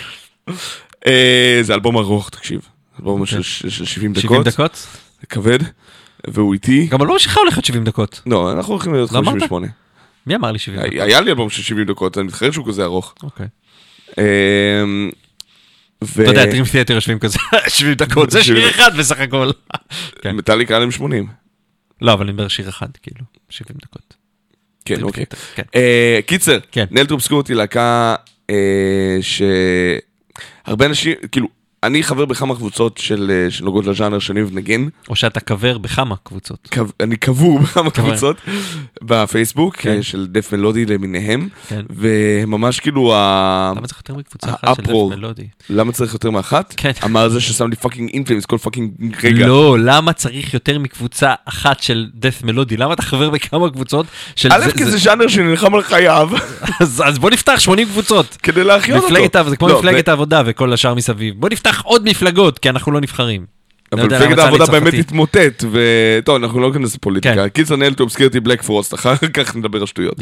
זה אלבום ארוך, תקשיב. אלבום של שבעים דקות. שבעים דקות? זה כבד, והוא איתי. גם אלבום שלך הולך עד שבעים דקות. לא, אנחנו הולכים להיות חמישים ושמונה. מי אמר לי שבעים דקות? היה לי אלבום של שבעים דקות, אני מתחרט שהוא כזה ארוך. אוקיי. אתה יודע, טרים תיאטר יושבים כזה, שבעים דקות, זה שיר אחד בסך הכל. מטאליקה היה להם שמונים. לא, אבל אני אומר שיר אחד, כאילו, שבעים דקות. כן, אוקיי. קיצר, נייל טו אובסקוריטי להקה שהרבה אנשים, כאילו, אני חבר בכמה קבוצות של נוגעות לז'אנר שאני ונגן. או שאתה קבר בכמה קבוצות. אני קבור בכמה קבוצות בפייסבוק, של דף מלודי למיניהם, וממש כאילו למה צריך יותר מקבוצה אחת של דף מלודי? למה צריך יותר מאחת? אמר זה ששם לי פאקינג אינפלמס כל פאקינג רגע. לא, למה צריך יותר מקבוצה אחת של דף מלודי? למה אתה חבר בכמה קבוצות של... א', כי זה ז'אנר שנלחם על חייו. אז בוא נפתח שמונים קבוצות. כדי להחיות אותו. זה כמו מפלגת העבודה וכל השאר מסביב. בוא נפתח עוד מפלגות, כי אנחנו לא נבחרים. אבל מפלגת העבודה באמת התמוטט, וטוב, אנחנו לא נכנס לפוליטיקה. קיצר נייל טו אובסקוריטי בלק פרוסט, אחר כך נדבר על שטויות.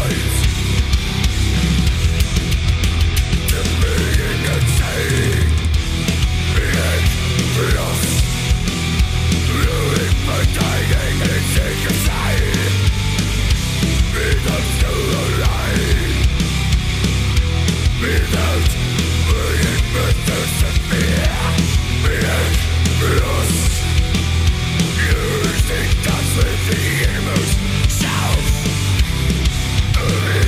Using dance with the emotion self.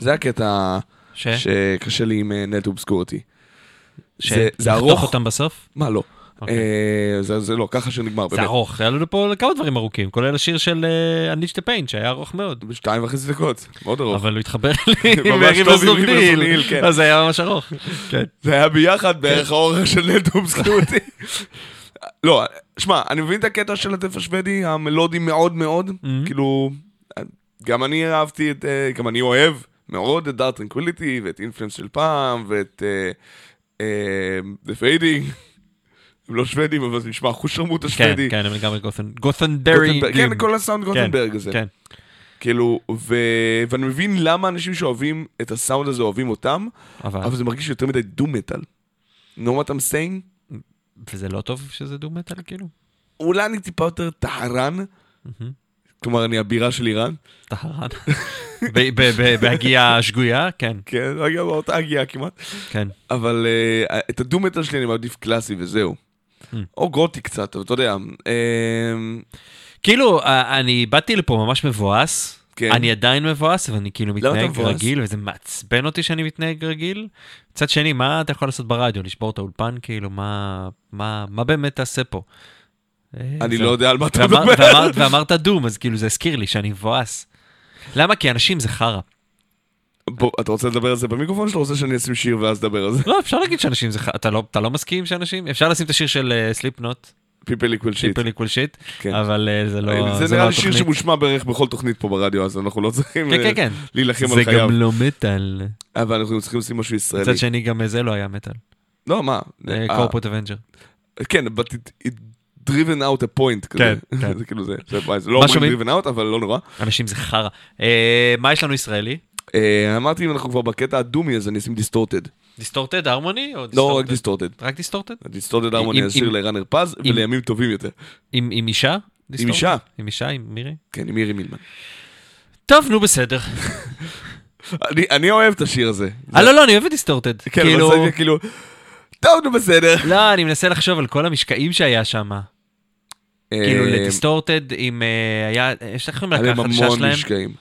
זה הקטע ש? שקשה לי עם נט אובסקורטי. ש? זה- זה לחתוך ארוך. אותם בסוף? מה לא? אוקיי. אה, זה זה לא, ככה שנגמר, זה באמת. ארוך, היה לנו פה כמה דברים ארוכים, כולל השיר של אה, Unleash the Pain, שהיה ארוך מאוד. בשתיים וחצי דקות, מאוד ארוך. אבל הוא התחבר לי עם ממש יריב טוב עם לזוניל, יריב לזוניל, כן. אז זה היה ממש ארוך. כן. זה היה ביחד בערך האורך של נט אובסקורטי. לא, שמע, אני מבין את הקטע של הטף השוודי, המלודי מאוד מאוד, כאילו, גם אני אהבתי את, אה, גם אני אוהב מאוד את דארט טרנקוויליטי, ואת אינפלנס של פעם, ואת The Fading. הם לא שוודים, אבל זה נשמע אחוז שרמוט כן, השוודי. כן, הם לגמרי גות'נברי. כן, כל הסאונד גות'נברג הזה. כן. כאילו, ו- ואני מבין למה אנשים שאוהבים את הסאונד הזה אוהבים אותם, אבל, אבל זה מרגיש יותר מדי דום מטל. know what I'm saying? וזה לא טוב שזה דו מטל כאילו? אולי אני טיפה יותר טהרן, כלומר אני הבירה של איראן, טהרן. ב- ב- ב- בהגיעה שגויה, כן, כן, רגע באותה הגיעה כמעט, כן. אבל uh, את הדום מטל שלי אני מעדיף קלאסי וזהו. או גותי קצת, אבל אתה יודע. Uh, כאילו, אה, אני באתי לפה ממש מבואס, כן. אני עדיין מבואס, אבל אני כאילו למה אתה מתנהג מבואס? רגיל, וזה מעצבן אותי שאני מתנהג רגיל. מצד שני, מה אתה יכול לעשות ברדיו? לשבור את האולפן? כאילו, מה, מה, מה באמת תעשה פה? אה, אני זה- לא יודע על מה אתה ואמר- מדבר. ואמרת- ואמרת דום, אז כאילו זה הזכיר לי שאני מבואס. למה? כי אנשים זה חרא. בוא, אתה רוצה לדבר על זה במיקרופון שלו, או רוצה שאני אשים שיר ואז לדבר על זה? לא, אפשר להגיד שאנשים זה חרא. אתה לא- אתה לא מסכים שאנשים? אפשר לשים את השיר של סליפנוט, People equal shit. שיפל איקוול שיט, כן. אבל אה, זה לא זה זה נראה לא לי שיר התוכנית. שמושמע בערך בכל תוכנית פה ברדיו, אז אנחנו לא צריכים כן, אה, כן, כן. להילחם זה על חייו. גם לא מטל. אבל אנחנו צריכים לשים משהו ישראלי. מצד שני, גם זה לא היה מטל. לא, מה? אה, קורפוט אבנג'ר. כן, but it, it driven out a point כזה. כן, כן. זה כאילו זה, זה, זה לא מה אומרים שומעים? driven out, אבל לא נורא. אנשים זה חרא. אה, מה יש לנו ישראלי? אה, אמרתי, אם אנחנו כבר בקטע הדומי, אז אני אשים דיסטורטד. דיסטורטד הרמוני? לא, רק דיסטורטד. רק דיסטורטד? דיסטורטד הרמוני עם- השיר עם- לרן הרפז, עם- ולימים טובים יותר. עם עם אישה? עם אישה. עם אישה, עם מירי? כן, עם מירי מילמן. טוב, נו בסדר. אני- אני אוהב את השיר הזה. אה, לא, לא, אני אוהב את דיסטורטד. כן, כאילו... אבל זה כאילו, טוב, נו בסדר. לא, אני מנסה לחשוב על כל המשקעים שהיה שם. כאילו, אה, לדיסטורטד עם... אה, היה... יש לכם היה להקה להם חדשה המון שלהם? משקעים.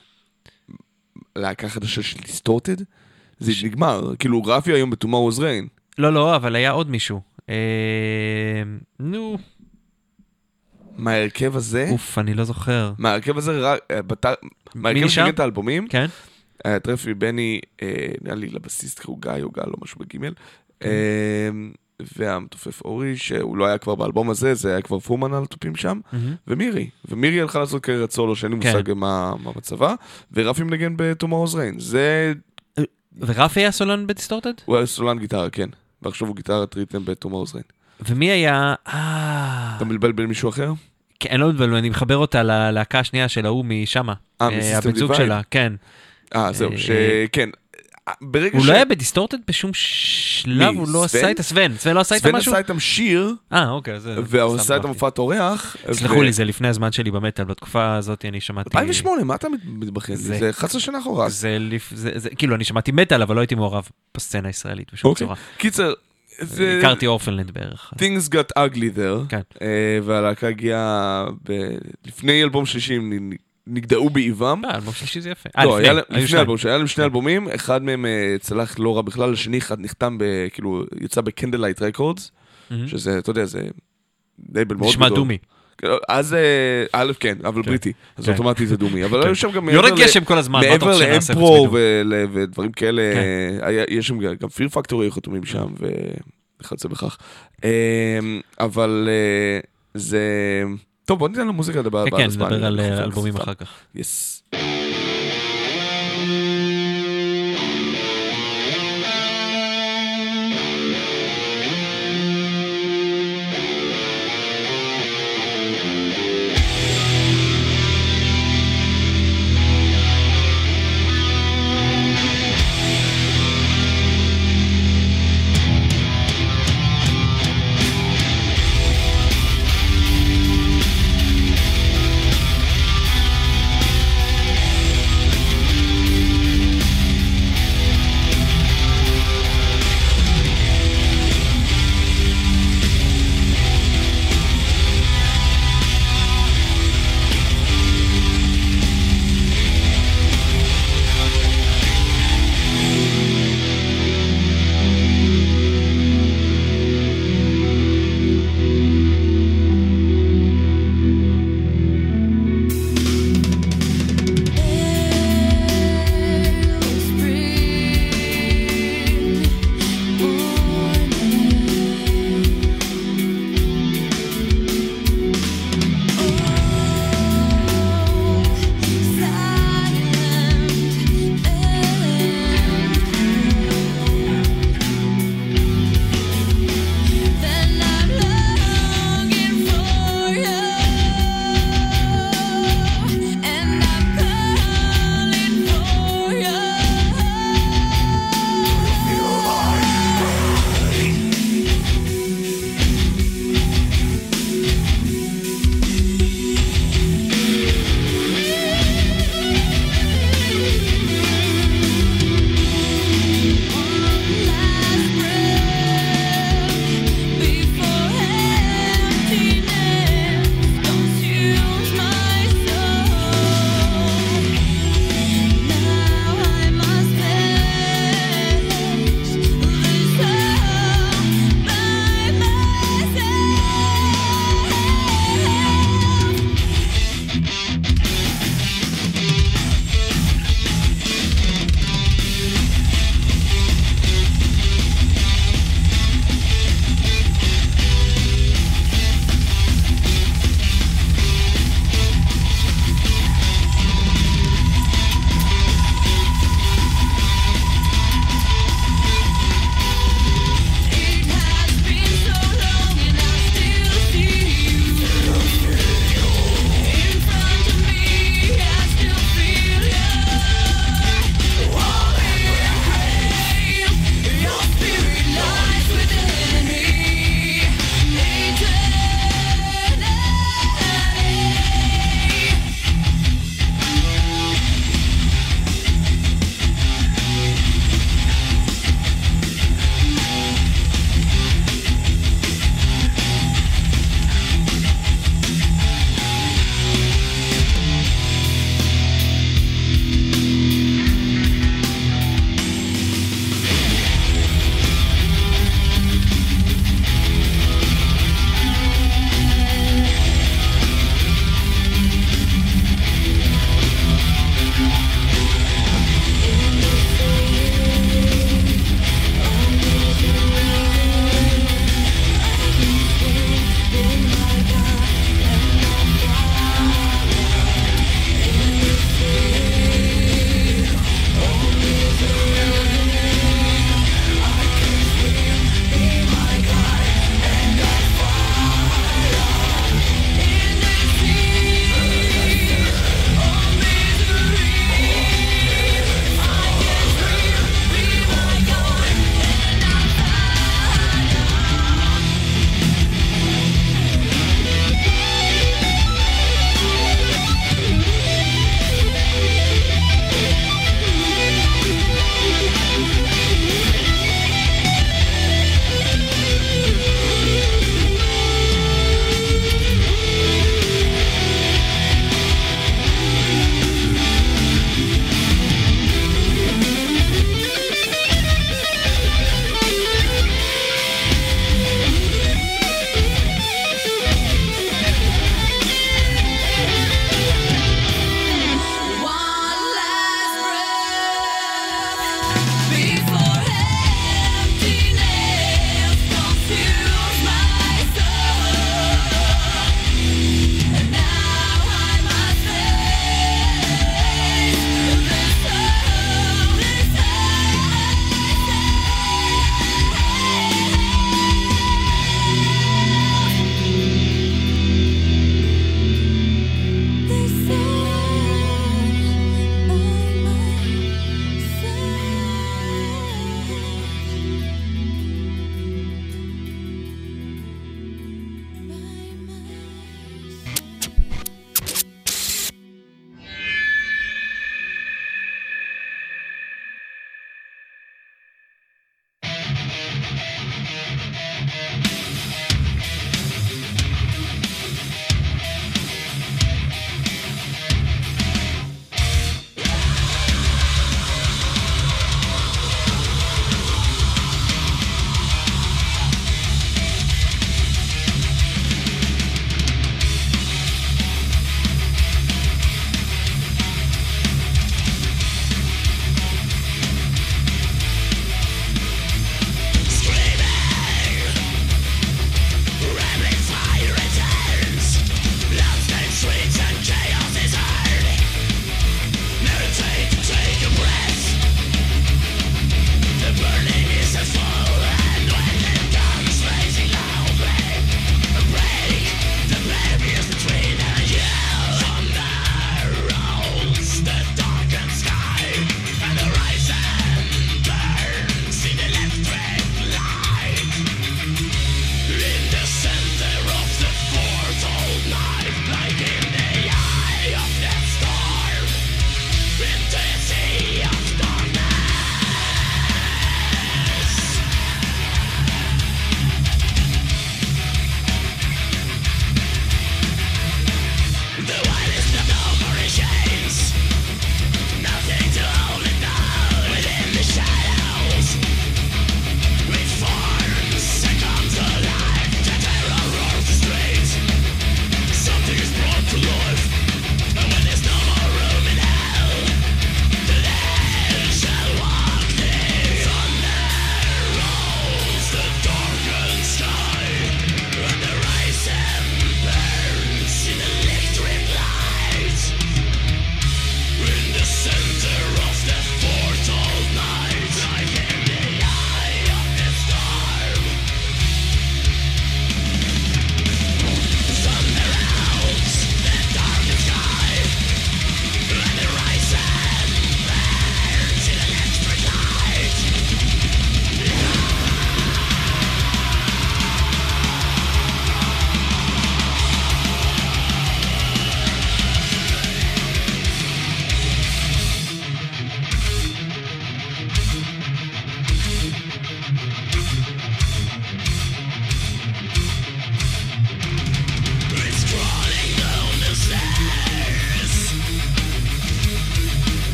להקה חדשה של דיסטורטד? זה נגמר. כאילו, רפי היום ב-Tomorrow's Rain. לא, לא, אבל היה עוד מישהו. אה, נו, מההרכב הזה, אוף, אני לא זוכר. מההרכב הזה, רק- אה, בת- מההרכב נשאר? שניגן את האלבומים, כן? היה טרפי בני, אה, נראה לי לבסיסט קראו גיא או גל או משהו בגימל, אה, והמתופף אורי, שהוא לא היה כבר באלבום הזה, זה היה כבר פורמן על התופים שם, מהמם. ומירי, ומירי הלכה לעשות קריירת סולו, שאין לי כן. מושג מה מה מצבה, ורפי מנגן ב-Tomorrow's Rain. זה, ורפי היה סולן בדיסטורטד? הוא היה סולן גיטרה, כן, ועכשיו הוא גיטרת ריתם ב-Tomorrow's Rain. ומי היה... אה... אתה מלבל בין מישהו אחר? כן, אני לא מתבלבל, אני מחבר אותה ללהקה השנייה של ההוא משמה. אה, אה, מסיסטם הבן זוג דיווייד? שלה, כן. אה, זהו, אה, שכן. ברגע הוא ש... לא היה בדיסטורטד בשום שלב, מי, הוא לא סוון? עשה את הסוון. סוון לא עשה איתה סוון משהו? עשה איתם שיר, אה, אוקיי, זה... והוא סתם עשה את ברחתי. המופעת אורח. סלחו ו- לי, זה לפני הזמן שלי במטל, בתקופה הזאת אני שמעתי... אלפיים ושמונה, מה אתה מתבחן? זה- זה אחת עשרה שנה אחורה. זה לפ... זה, זה, כאילו, אני שמעתי מטל, אבל לא הייתי מעורב בסצנה הישראלית בשום אוקיי. צורה. קיצר, זה... הכרתי אורפלנד בערך. Things got ugly there, כן. אה, והלהקה הגיעה ב- לפני אלבום שלישי, הם נ- נגדעו באיבם. אה, אלבום שלישי זה יפה. אה, לא, היה להם- היו לפני שניים. אלבום, שהיה להם שני אלבומים, אחד מהם אה, צלח לא רע בכלל, השני אחד נחתם, ב- כאילו, יצא בקנדלייט רקורדס, מהמם. שזה, אתה יודע, זה לייבל מאוד נשמע גדול. דומי. אז אה, א', כן, אבל בריטי, אז כן. אוטומטי זה דומי, אבל היו שם גם יורד מעבר ל- גשם כל הזמן, מה אתה מעבר רוצה שנעשה? לאמפרו בצמידות? ול- ודברים כאלה, כן. היה- יש שם גם פיר פקטור היו חתומים שם, וכיוצא בכך. אה, אבל אה, זה... טוב, בוא ניתן למוזיקה לדבר כן, בעל כן, הזמן. נדבר על אני אה, חופר אלבומים סתם. אחר כך. יס. Thank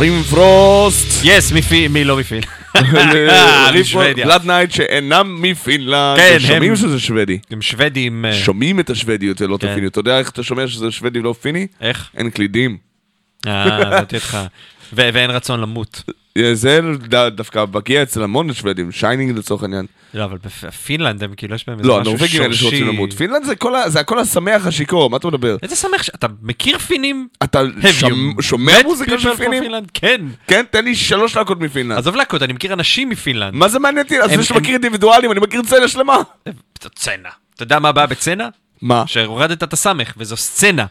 רים פרוסט. יס, מי לא מפין? משוודיה. בלאד נייט שאינם מפינלנד. כן, שומעים הם- שזה שוודי. הם שוודים... אה, שומעים את השוודיות ולא את כן. הפיניות. אתה יודע איך אתה שומע שזה שוודי ולא פיני? איך? אין קלידים. אה, הבנתי אותך. ו- ואין רצון למות. זה ד- דווקא מגיע אצל המון שוודים, שיינינג לצורך העניין. לא, אבל בפינלנד הם כאילו יש בהם איזה לא, משהו הנורבגים האלה שרוצים שורשי. למות. פינלנד זה כל ה- זה הכל השמח השיכור, מה אתה מדבר? איזה שמח, ש- אתה מכיר פינים? אתה Have שמ- you שומע met מוזיקה people של from פינים? פינלנד? כן. כן, תן לי שלוש להקות מפינלנד. עזוב להקות, אני מכיר אנשים מפינלנד. מה זה מעניין אותי? אז הם- זה שאתה הם- מכיר אינדיבידואלים, אני מכיר צלע שלמה. צנע. אתה יודע מה הבעיה בצנע? מה? שהורדת את הסמך, וזו סצנה.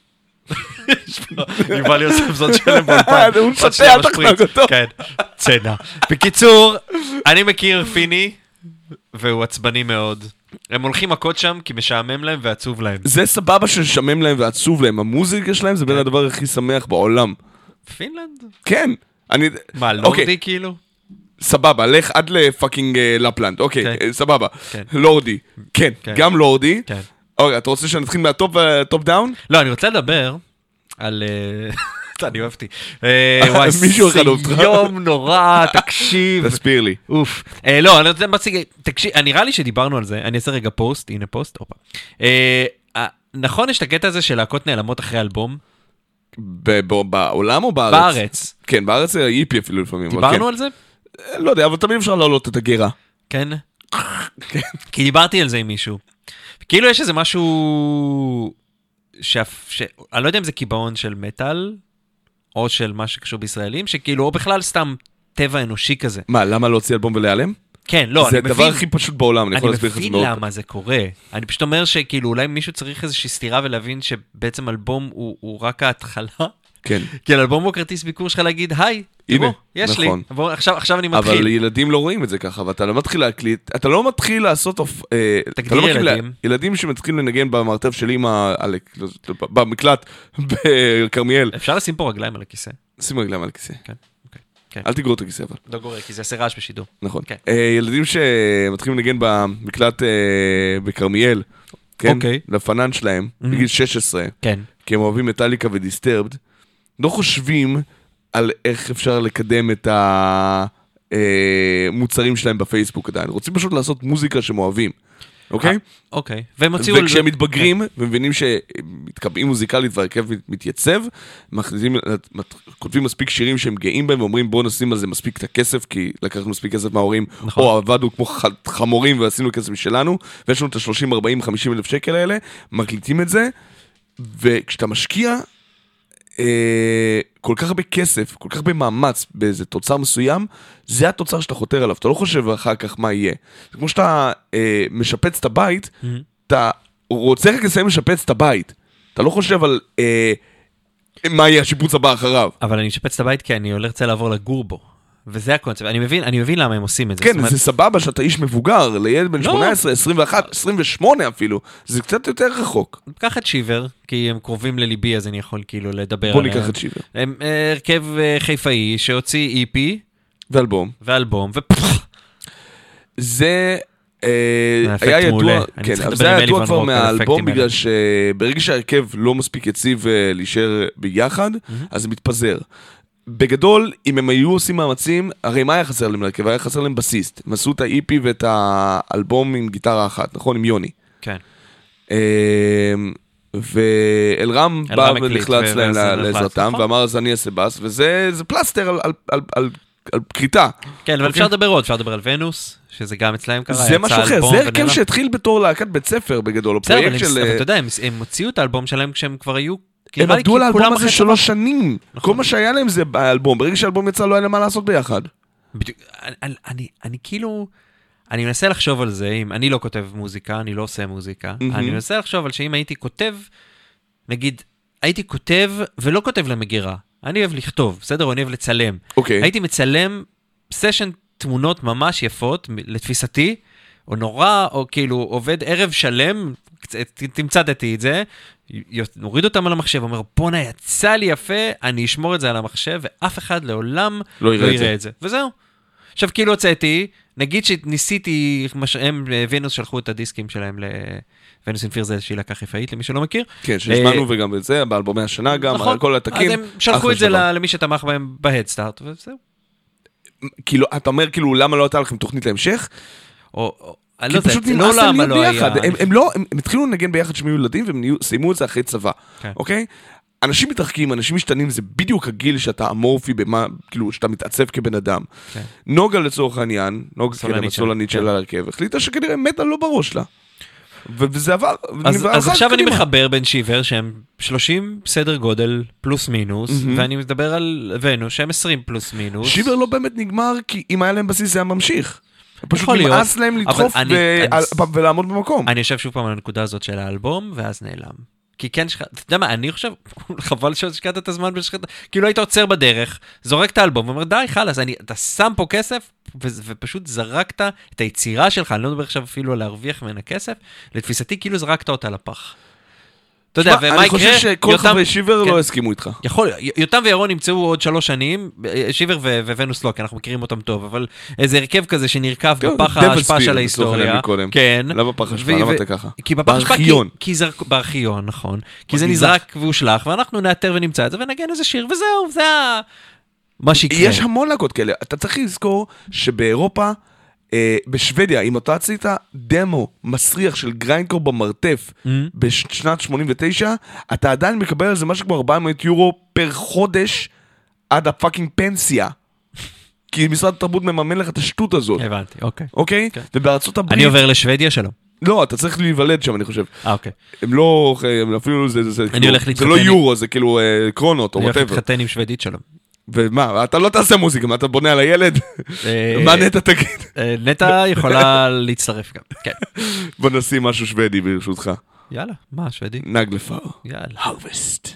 יש פה- יובל יוסף זאת שלם באולפן. הוא עוד משתה, שנייה אל משפריץ. תחנוק אותו. כן, צנע. בקיצור, אני מכיר פיני, והוא עצבני מאוד. הם הולכים מכות שם כי משעמם להם ועצוב להם. זה סבבה ששמם להם ועצוב להם. המוזיקה שלהם זה בין הדבר הכי שמח בעולם. פינלנד? כן. אני... מה, אוקיי, לורדי כאילו? סבבה, לך עד לפאקינג אה, לפלנד. אוקיי, כן. אה, סבבה. כן. לורדי. כן, כן. גם לורדי. כן. אוקיי, אתה רוצה שנתחיל מהטופ אה, טופ דאון? לא, אני רוצה לדבר על... אה, אני אוהבתי. אה, וואי, מישהו אחד זה אותך. יום נורא, תקשיב. תסביר לי. אוף. אה, לא, אני רוצה להציג, תקשיב, אה, נראה לי שדיברנו על זה, אני אעשה רגע פוסט, הנה פוסט, הופה. אה, אה, נכון, יש את הקטע הזה של להקות נעלמות אחרי אלבום? ב- ב- בעולם או בארץ? בארץ. כן, בארץ זה איפי אפילו לפעמים. אבל דיברנו כן. על זה? אה, לא יודע, אבל תמיד אפשר להעלות את הגרה. כן. כי דיברתי על זה עם מישהו. כאילו יש איזה משהו... שאף- ש- אני לא יודע אם זה קיבעון של מטאל, או של מה שקשור בישראלים, שכאילו, או בכלל סתם טבע אנושי כזה. מה, למה להוציא אלבום ולהיעלם? כן, לא, אני זה מבין... הדבר הכי פשוט בעולם, אני אני יכול להסביר לך את זה מבין מאוד. למה זה קורה. אני פשוט אומר שכאילו אולי מישהו צריך איזושהי סתירה ולהבין שבעצם אלבום הוא, הוא רק ההתחלה. כן. כי אלבום הוא כרטיס ביקור שלך להגיד, היי, הנה, תראו, יש נכון. לי. בוא, עכשיו, עכשיו אני אבל מתחיל. ילדים לא רואים את זה ככה, ואתה לא מתחיל להקליט, אתה לא מתחיל לעשות... אופ- אה, אתה תגדיר לא מתחיל לה- ילדים. ילדים שמתחילים לנגן במרתף של אמא, עלק, לא, לא, במקלט בכרמיאל. אפשר לשים פה רגליים על הכיסא? שים רגליים על הכיסא. כן, אוקיי. כן. אל תגרור את הכיסא אבל. לא גורר, כי זה יעשה רעש בשידור. נכון. כן. אה, ילדים שמתחילים לנגן במקלט אה, בכרמיאל, כן? אוקיי. לפנן שלהם, בגיל שש עשרה, כן. כי הם אוהבים מטאליקה ודיסטרבד, לא חושבים על איך אפשר לקדם את המוצרים שלהם בפייסבוק עדיין. רוצים פשוט לעשות מוזיקה שהם אוהבים, אוקיי? אוקיי. והם הוציאו... על זה- וכשהם מתבגרים ומבינים שמתקבעים מוזיקלית והרכב מתייצב, מחליטים, כותבים מספיק שירים שהם גאים בהם ואומרים בואו נשים על זה מספיק את הכסף, כי לקחנו מספיק כסף מההורים, נכון. או עבדנו כמו ח- חמורים ועשינו כסף משלנו, ויש לנו את ה-שלושים, ארבעים, חמישים אלף שקל האלה, מקליטים את זה, וכשאתה משקיע אה, כל כך הרבה כסף, כל כך הרבה מאמץ באיזה תוצר מסוים, זה התוצר שאתה חותר עליו, אתה לא חושב אחר כך מה יהיה. זה כמו שאתה אה, משפץ את הבית, אתה רוצה רק לסיים לשפץ את הבית, אתה לא חושב על אה, מה יהיה השיפוץ הבא אחריו. אבל אני אשפץ את הבית כי אני רוצה לעבור לגור בו. וזה הקונספט. אני מבין, אני מבין למה הם עושים את זה. זאת כן, אומרת, זה סבבה שאתה איש מבוגר, לילד בן לא. שמונה עשרה, עשרים ואחת, עשרים ושמונה אפילו, זה קצת יותר רחוק. קח את שיבר, כי הם קרובים לליבי, אז אני יכול כאילו לדבר בוא עליהם. ניקח את שיבר. הם אה, הרכב אה, חיפאי שהוציא אי פי ואלבום. ואלבום, ופח, זה אה, אפקט היה מעולה. ידוע, אני כן, צריך אבל לדבר זה עם היה אלי ידוע ון כבר רוק על מהאלבום, האפקטים בגלל האלה. שברגע שהרכב לא מספיק יציב אה, להישאר ביחד, אז זה מתפזר. בגדול, אם הם היו עושים מאמצים, הרי מה היה חסר להם להרכב? היה חסר להם בסיסט. הם עשו את ה-אי פי ואת האלבום עם גיטרה אחת, נכון? עם יוני. כן. אה, ואלרם בא אלרם הקליט ונחלץ ו- להם וזה נחלץ, לעזרתם, נכון. ואמר אז אני אעשה בס, וזה זה פלסטר על- על- על- על- על כריתה. כן, אבל אפשר לדבר עוד, אפשר לדבר על ונוס, שזה גם אצלהם קרה, זה יצא משהו אחר, אלבום זה הרכב ונעלם. שהתחיל בתור להקת בית ספר בגדול, או בסדר, אבל פרויקט הם- של... אבל אתה יודע, הם- הם הוציאו את האלבום שלהם כשהם כבר היו... הם נראה לי עבדו על כי האלבום כולם הזה אחרי שלוש שנים. נכון. כל מה שהיה להם זה באלבום. ברגע שהאלבום יצא לא היה להם מה לעשות ביחד. בדיוק, אני, אני, אני, אני כאילו, אני מנסה לחשוב על זה, אם אני לא כותב מוזיקה, אני לא עושה מוזיקה, מהמם. אני מנסה לחשוב על שאם הייתי כותב, נגיד, הייתי כותב ולא כותב למגירה, אני אוהב לכתוב, בסדר? או אני אוהב לצלם. אוקיי. הייתי מצלם סשן תמונות ממש יפות, מ- לתפיסתי, או נורא, או כאילו עובד ערב שלם, קצת- תמצאתי את זה, י- נוריד אותם על המחשב, אומר, בואנה, יצא לי יפה, אני אשמור את זה על המחשב, ואף אחד לעולם לא לא יראה את זה. יראה את זה. וזהו. עכשיו, כאילו הוצאתי, נגיד שניסיתי, הם ונוס שלחו את הדיסקים שלהם לוונוס אינפיר, זה איזושהי להקה חיפאית, למי שלא מכיר. כן, שהזמנו וגם את זה, באלבומי השנה גם, נכון, כל התקים. אז הם שלחו את זה למי שתמך בהם בהדסטארט, וזהו. כאילו, אתה אומר, כאילו, למה לא הייתה לכם תוכנית להמשך? או... כי פשוט נמאס להם להיות ביחד. הם לא, הם התחילו לנגן ביחד שהם היו ילדים, והם סיימו את זה אחרי צבא, אוקיי? אנשים מתרחקים, אנשים משתנים, זה בדיוק הגיל שאתה אמורפי במה, כאילו, שאתה מתעצב כבן אדם. נוגה לצורך העניין, נוגה הסולנית של ההרכב, החליטה שכנראה מטה לא בראש לה. וזה עבר. אז עכשיו אני מחבר בין שיבר, שהם שלושים סדר גודל פלוס מינוס, ואני מדבר על ונוס, שהם עשרים פלוס מינוס. שיבר לא באמת נגמר, כי אם היה להם בסיס זה היה ממשיך. פשוט נמאס להם לדחוף ולעמוד במקום. אני יושב שוב פעם על הנקודה הזאת של האלבום, ואז נעלם. כי כן, אתה יודע מה, אני חושב, חבל שהשקעת את הזמן, כאילו היית עוצר בדרך, זורק את האלבום, ואומר, די, חלס, אתה שם פה כסף, ופשוט זרקת את היצירה שלך, אני לא מדבר עכשיו אפילו להרוויח ממנה כסף, לתפיסתי, כאילו זרקת אותה לפח. אתה יודע, ומה יקרה? אני חושב שכל חברי שיבר לא הסכימו איתך. יכול, יותם וירון נמצאו עוד שלוש שנים, שיבר וונוס לא, כי אנחנו מכירים אותם טוב, אבל איזה הרכב כזה שנרכב בפח ההשפעה של ההיסטוריה. כן. למה פח ההשפעה? למה אתה ככה? בארכיון. בארכיון, נכון. כי זה נזרק והושלח, ואנחנו נאתר ונמצא את זה, ונגן איזה שיר, וזהו, זה מה שיקרה. יש המון להקות כאלה. אתה צריך לזכור שבאירופה, בשוודיה, אם אתה עשית דמו מסריח של גריינדקור במרתף בשנת שמונים ותשע, אתה עדיין מקבל על זה משהו כמו ארבע מאות יורו פר חודש עד הפאקינג פנסיה. כי משרד התרבות מממן לך את השטות הזאת. הבנתי, אוקיי. אוקיי? ובארצות הברית... אני עובר לשוודיה שלום. לא, אתה צריך להיוולד שם, אני חושב. אה, אוקיי. הם לא... אפילו זה... זה לא יורו, זה כאילו קרונות או whatever. אני הולך להתחתן עם שוודית שלום. ומה, אתה לא תעשה מוזיקה, מה אתה בונה על הילד? מה נטע תגיד? נטע יכולה להצטרף גם, כן. בוא נשים משהו שוודי ברשותך. יאללה, מה שוודי? נגלפר. יאללה. הרווסט.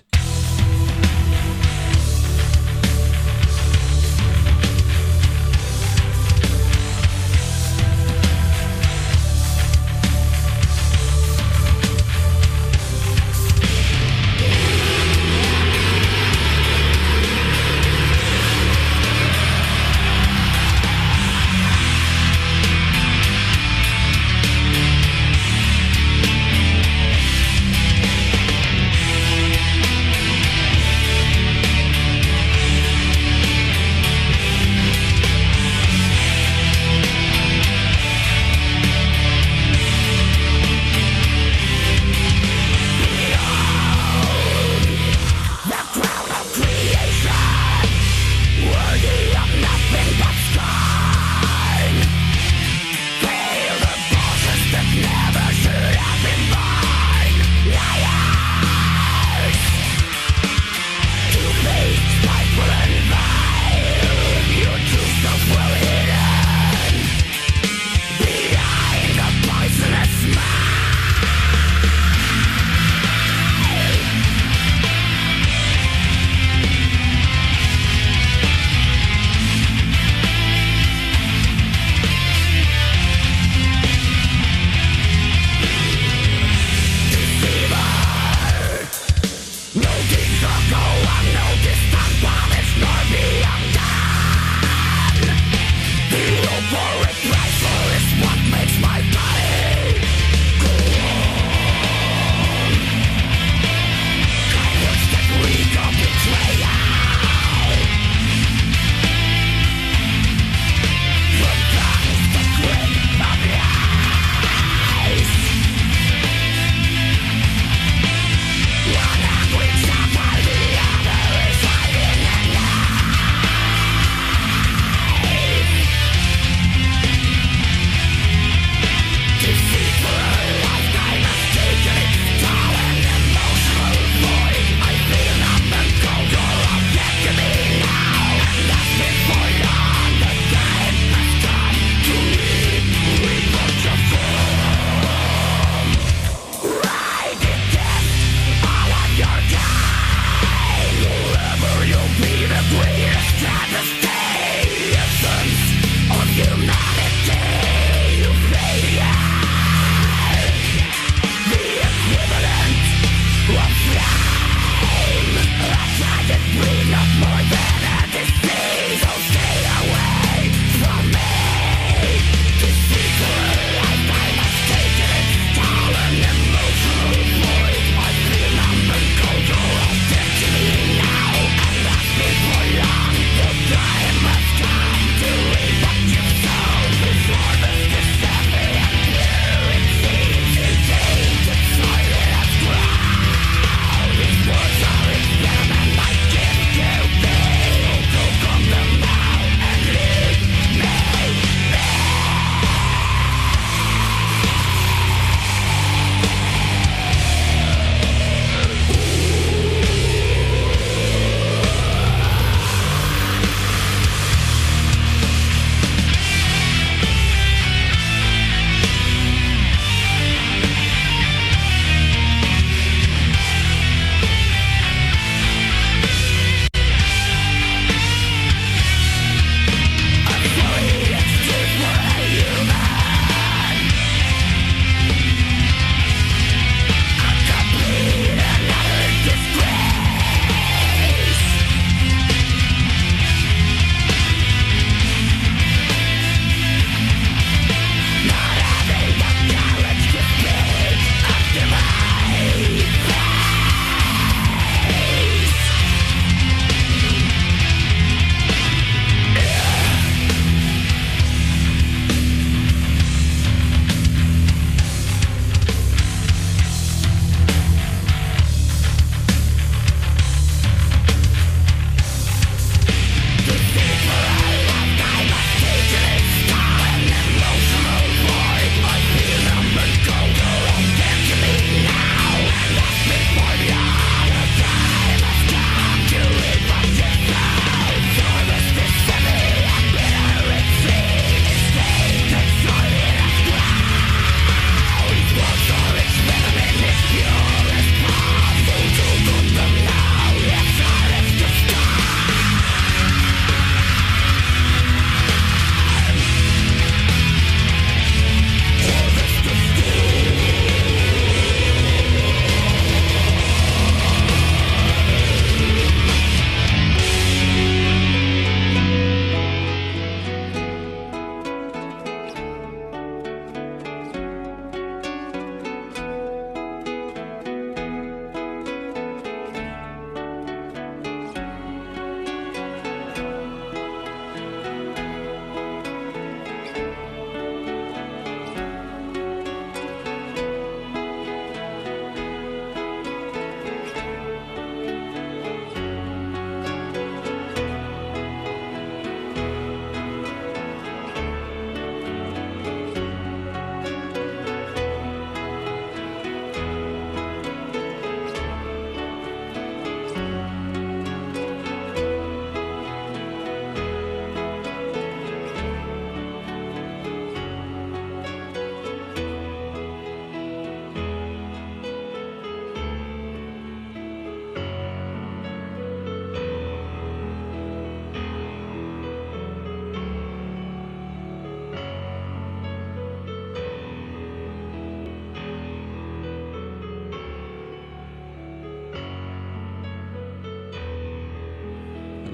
From me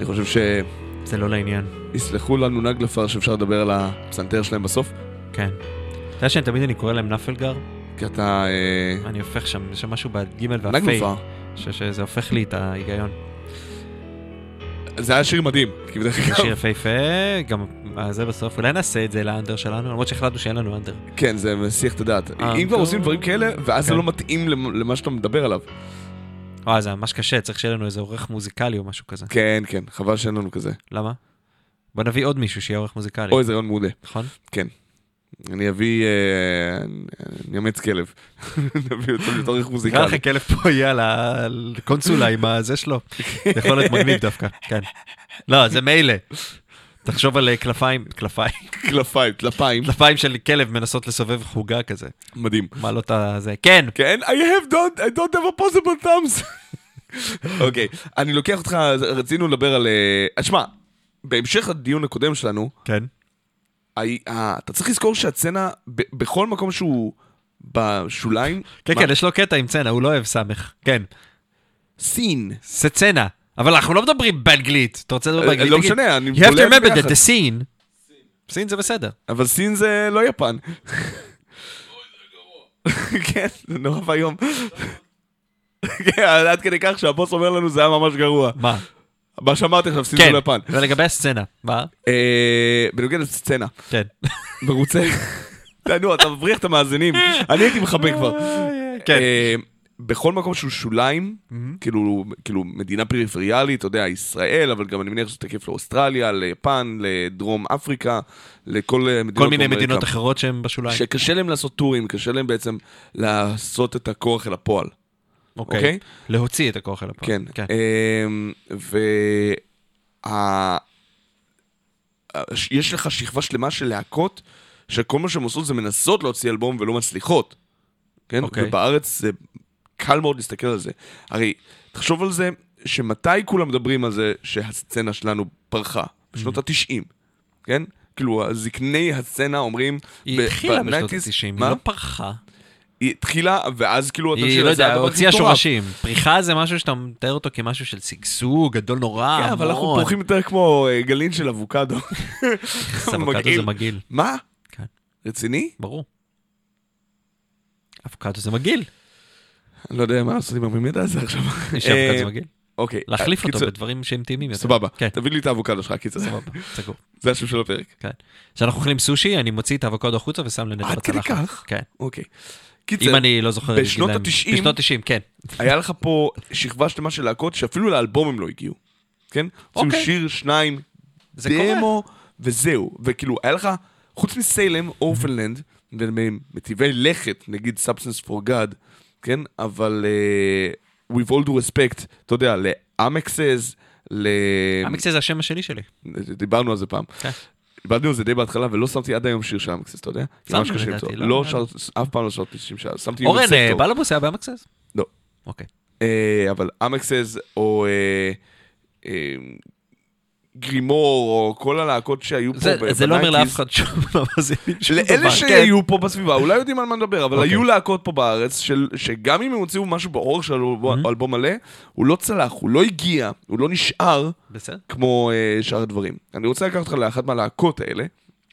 אני חושב זה לא לעניין. שיסלחו לנו נגלפר שאפשר לדבר על הפסנתר שלהם בסוף, כן. אתה יודע שאני תמיד אני קורא להם נפלגר? כי אתה... אה, אני הופך שם, יש שם משהו בגימל והפי. נגלפר. ש- שזה הופך לי את ההיגיון. זה היה שיר מדהים, כי בדרך זה כלל... שיר יפהפה, גם אה, זה בסוף. אולי נעשה את זה לאנדר שלנו, למרות שהחלטנו שאין לנו אנדר. כן, זה מסיח את הדעת. אה, אם כבר טוב. עושים דברים כאלה, ואז זה כן. לא מתאים למ- למה שאתה מדבר עליו. אה, זה ממש קשה, צריך שיהיה לנו איזה עורך מוזיקלי או משהו כזה. כן, כן, חבל שאין לנו כזה. למה? בוא נביא עוד מישהו שיהיה עורך מוזיקלי. אוי, זה רעיון מעולה. נכון? כן. אני אביא... אה, אני אמץ כלב. נביא אותו בתור עורך נראה מוזיקלי. לך כלב פה יהיה על קונסולה עם הזה שלו. זה יכול להיות מגניב דווקא, כן. לא, זה מילא. תחשוב על אה, כלפיים, כלפיים, כלפיים, טלפיים. כלפיים של כלב מנסות לסובב חוגה כזה. מדהים. מעלות הזה. כן, כן, I have don't, I don't have a possible thumbs. אוקיי, אני לוקח אותך, רצינו לדבר על... אה, תשמע, בהמשך הדיון הקודם שלנו, כן. הי- ה- אתה צריך לזכור שהצצנה, ב- בכל מקום שהוא בשוליים, כן, מה- כן, יש לו קטע עם צנה, הוא לא אוהב סמך. כן. סין. סצנה. אבל אנחנו לא מדברים באנגלית. אתה רוצה לדבר באנגלית? לא תגיד, משנה, אני You have to בולע remember that ביחד. the scene. סין זה בסדר. אבל סין זה לא יפן. כן, זה נורא ואיום. כן, עד כדי כך שהבוס אומר לנו זה היה ממש גרוע. מה? מה שאמרתי עכשיו, סין זה כן. לא יפן. ולגבי הסצנה. מה? אה, בנוגע לסצנה, כן. מרוצה. נו, אתה מבריח את המאזינים. אני הייתי מחבק כבר. כן. אה, בכל מקום שהוא שוליים, כאילו, כאילו מדינה פריפריאלית, אתה יודע, ישראל, אבל גם אני מניח שזה תקף לאוסטרליה, ליפן, לדרום אפריקה, לכל אה, מדינות כל מיני באמריקה. מדינות אחרות שהן בשוליים. שקשה להם לעשות טורים, קשה להם בעצם לעשות את הכוח אל הפועל. אוקיי. אוקיי? להוציא את הכוח אל הפועל. כן. כן. אמ, וה... יש לך שכבה שלמה של להקות, שכל מה שהן עושות זה מנסות להוציא אלבום ולא מצליחות. כן? אוקיי. ובארץ זה קל מאוד להסתכל על זה. הרי, תחשוב על זה, שמתי כולם מדברים על זה שהסצנה שלנו פרחה? בשנות ה-תשעים. כן? כאילו, זקני הסצנה אומרים... היא ב- התחילה בשנות ב-ניינטיז, ה-תשעים, היא מה? לא פרחה. היא התחילה, ואז כאילו... אתה היא, שואל, לא זה יודע, הדבר הכי הוציאה מטורף. שורשים. פריחה זה משהו שאתה מתאר אותו כמשהו של שגשוג, גדול נורא, כן, אבל אנחנו פורחים יותר כמו אה, גלין של אבוקדו. אבוקדו מגעיל. זה מגעיל. מה? כן. רציני? ברור. אבוקדו זה מגעיל. אני לא יודע מה לעשות עם הרבה מידע הזה עכשיו. יש אבוקדו אה, זה מגעיל. אוקיי. להחליף אותו קיצר, בדברים שהם טעימים יותר. סבבה. כן, תביא לי את האבוקדו שלך, קיצר. סבבה, סגור. זה השם של הפרק. כן. כשאנחנו אוכלים סושי, אני מוציא את האבוקדו החוצה ושם לנר עד כדי בצלחת. כך? כן. אוקיי. קיצר, אם אני לא זוכר... בשנות להגיד להם- ה-תשעים בשנות ה-תשעים, כן. היה לך פה שכבה שלמה של להקות שאפילו לאלבום הם לא הגיעו. כן? הוציאו אוקיי. שיר, שניים, זה קורה. דמו, וזהו. וכאילו, היה לך, חוץ מסיילם, אורפנלנד, ומטיבי לכת, נגיד Substance for God, כן? אבל uh, with all due respect, אתה יודע, לאמקסס, ל... המקצה זה השם השני שלי. דיברנו על זה פעם. כן. דיברנו על זה די בהתחלה, ולא שמתי עד היום שיר של אמקסס, אתה יודע? זה ממש שמנו, קשה לדעתי, למצוא. לא? לא שר, אף פעם לא שרתי שירים שם. שמתי אורן, עם אה, סקטור. בלבוס היה באמקסס? לא. אוקיי. אה, אבל אמקסס או אה, אה, גרימור, או כל הלהקות שהיו פה זה- ב- זה לא אומר לאף בניינטיז, אחד שום מהמאזינים שום דבר. לאלה כן. שהיו פה בסביבה, אולי יודעים על מה נדבר, אבל אוקיי. היו להקות פה בארץ, של- שגם אם הם הוציאו משהו באורך של אלבום- אלבום מלא, הוא לא צלח, הוא לא הגיע, הוא לא נשאר בסדר. כמו אה, שאר הדברים. אני רוצה לקחת אותך לאחת מהלהקות האלה,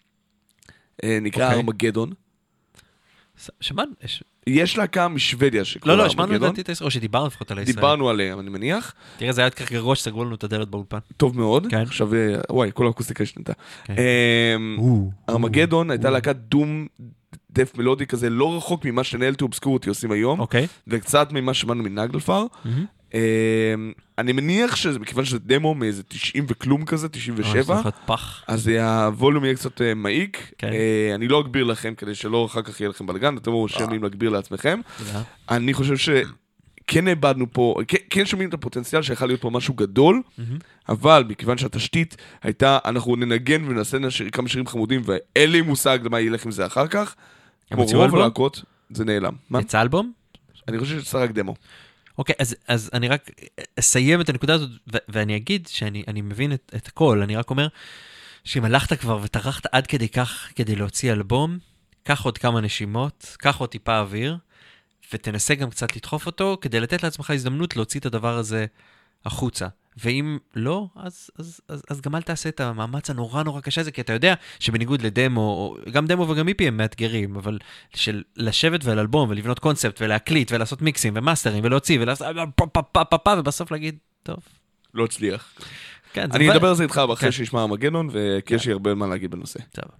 אה, נקרא אוקיי. ארמגדון. ס- שמענו, יש- יש להקה משוודיה שקוראים לא, לא, לה שמענו ארמגדון. לדעתי את הישראל, או שדיברנו לפחות על הישראל. דיברנו עליהם, אני מניח. תראה, זה היה כך גרוע שסגרו לנו את הדלת באולפן. טוב מאוד. כן. עכשיו, אה, וואי, כל האקוסטיקה השתנתה. כן. אמ, ארמגדון הייתה להקת דום דף מלודי כזה, לא רחוק ממה שנלטי אובסקורטי עושים היום, אוקיי. וקצת ממה שמענו מנגלפר. אמ, אני מניח שזה, מכיוון שזה דמו מאיזה תשעים וכלום כזה, תשעים אה, זה ושבע, יכול להיות פח. אז הווליום יהיה קצת אה, מעיק. כן. אה, אני לא אגביר לכם כדי שלא אחר כך יהיה לכם בלגן, אתם רושמים להגביר לעצמכם. תודה. אני חושב שכן איבדנו פה, כן, כן שומעים את הפוטנציאל שיכול להיות פה משהו גדול, אבל מכיוון שהתשתית הייתה, אנחנו ננגן ונעשה נשיר, כמה שירים חמודים, ואין לי מושג למה ילך עם זה אחר כך, כמו הוציאו רוב אלבום? הלהקות, זה נעלם. מה? יצא אלבום? אני חושב שזה רק דמו. אוקיי, אז, אז אני רק אסיים את הנקודה הזאת, ו- ואני אגיד שאני אני מבין את, את הכל, אני רק אומר שאם הלכת כבר וטרחת עד כדי כך כדי להוציא אלבום, קח עוד כמה נשימות, קח עוד טיפה אוויר, ותנסה גם קצת לדחוף אותו, כדי לתת לעצמך הזדמנות להוציא את הדבר הזה החוצה. ואם לא, אז, אז, אז, אז גם אל תעשה את המאמץ הנורא נורא קשה הזה, כי אתה יודע שבניגוד לדמו, גם דמו וגם איפי הם מאתגרים, אבל של לשבת ולאלבום ולבנות קונספט ולהקליט ולעשות מיקסים ומאסטרים ולהוציא ולעשות פה פה פה פה פה ובסוף להגיד, טוב. לא הצליח. כן, אני זה- אדבר על זה איתך אחרי כן. שישמע המגנון, וכי יש לי הרבה מה להגיד בנושא. טוב.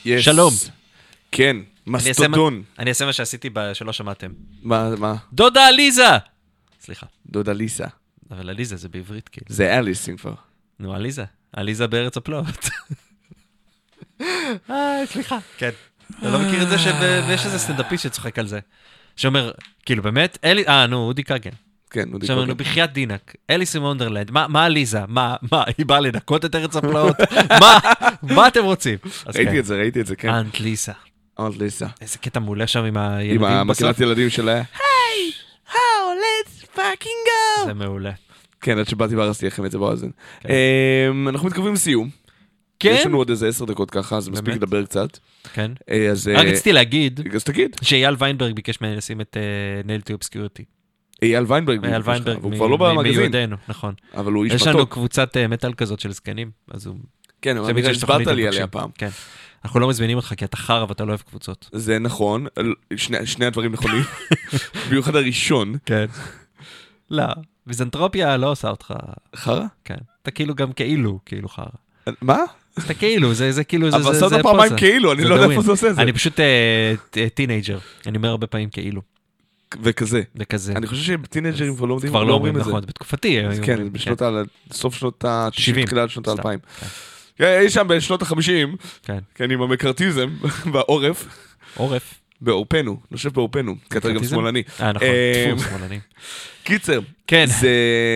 Yes. שלום. כן, אני אעשה מסטודון. מה- אני אעשה מה שעשיתי ב- שלא שמעתם. מה, מה? דודה עליזה! סליחה, דודה ליסה. אבל עליזה זה בעברית כאילו. זה אליסים כבר. נו, עליזה. עליזה בארץ הפלאות. אה, סליחה. כן. אתה לא מכיר את זה שיש איזה סטנדאפיסט שצוחק על זה. שאומר, כאילו באמת, אלי... אה, נו, אודי כגן. כן, אודי שאומר, קוגן. נו, בחייאת דינק, אליס מונדרלנד, מה מה עליזה? מה, מה, היא באה לנקות את ארץ הפלאות? מה, מה אתם רוצים? אז ראיתי כן. את זה, ראיתי את זה, כן. אנט ליסה. אנט ליסה. איזה קטע מעולה שם עם עם הילדים בסוף. המקהלת ילדים שלה. היי, how let's fucking go. זה מעולה. כן, עד שבאתי והרסתי לכם את זה באוזן. אמ, אנחנו מתקרבים לסיום. כן? יש לנו עוד איזה עשר דקות ככה, אז מספיק באמת? לדבר קצת. כן. אה, אז... רק אה, רציתי להגיד אז תגיד. שאייל ויינברג ביקש ממני לשים את נייל טו אובסקיוריטי. אייל ויינברג. אייל ויינברג, הוא כבר לא במגזין, מיודענו, נכון. אבל הוא איש יש לנו מתוק. קבוצת אה, מטאל כזאת של זקנים, אז הוא... כן, אבל תמיד אני שיש תוכנית הסברת לי מבקשים. עליה פעם. כן. אנחנו לא מזמינים אותך כי אתה חרא ואתה לא אוהב קבוצות. זה נכון, שני, שני הדברים נכונים. במיוחד הראשון. כן. לא, מיזנטרופיה לא עושה אותך... חרא? כן. אתה כאילו גם כאילו, כאילו חרא. מה? אתה כאילו, זה זה כאילו, זה אבל זה עשה זה אותו פעמיים פוזה. כאילו, אני זה לא יודע דאווין. איפה זה עושה את זה. אני פשוט אה, ט- טינג'ר, אני אומר הרבה פעמים כאילו, וכזה. וכזה. אני חושב שבטינג'רים כבר לא יודעים כבר לא אומרים, את זה. נכון, בתקופתי. היו כן, אומרים, בשנות ה... סוף שנות ה-תשעים, שבעים. תחילת שנות סתם, ה-אלפיים. כן. כן, אי שם בשנות ה-חמישים, כן. כן, עם המקרטיזם בעורף, עורף. בעורפנו, נושב בעורפנו, כי אתה גם מקרטיזם? שמאלני. אה, נכון, אה, טפו, שמאלני. קיצר, כן, זה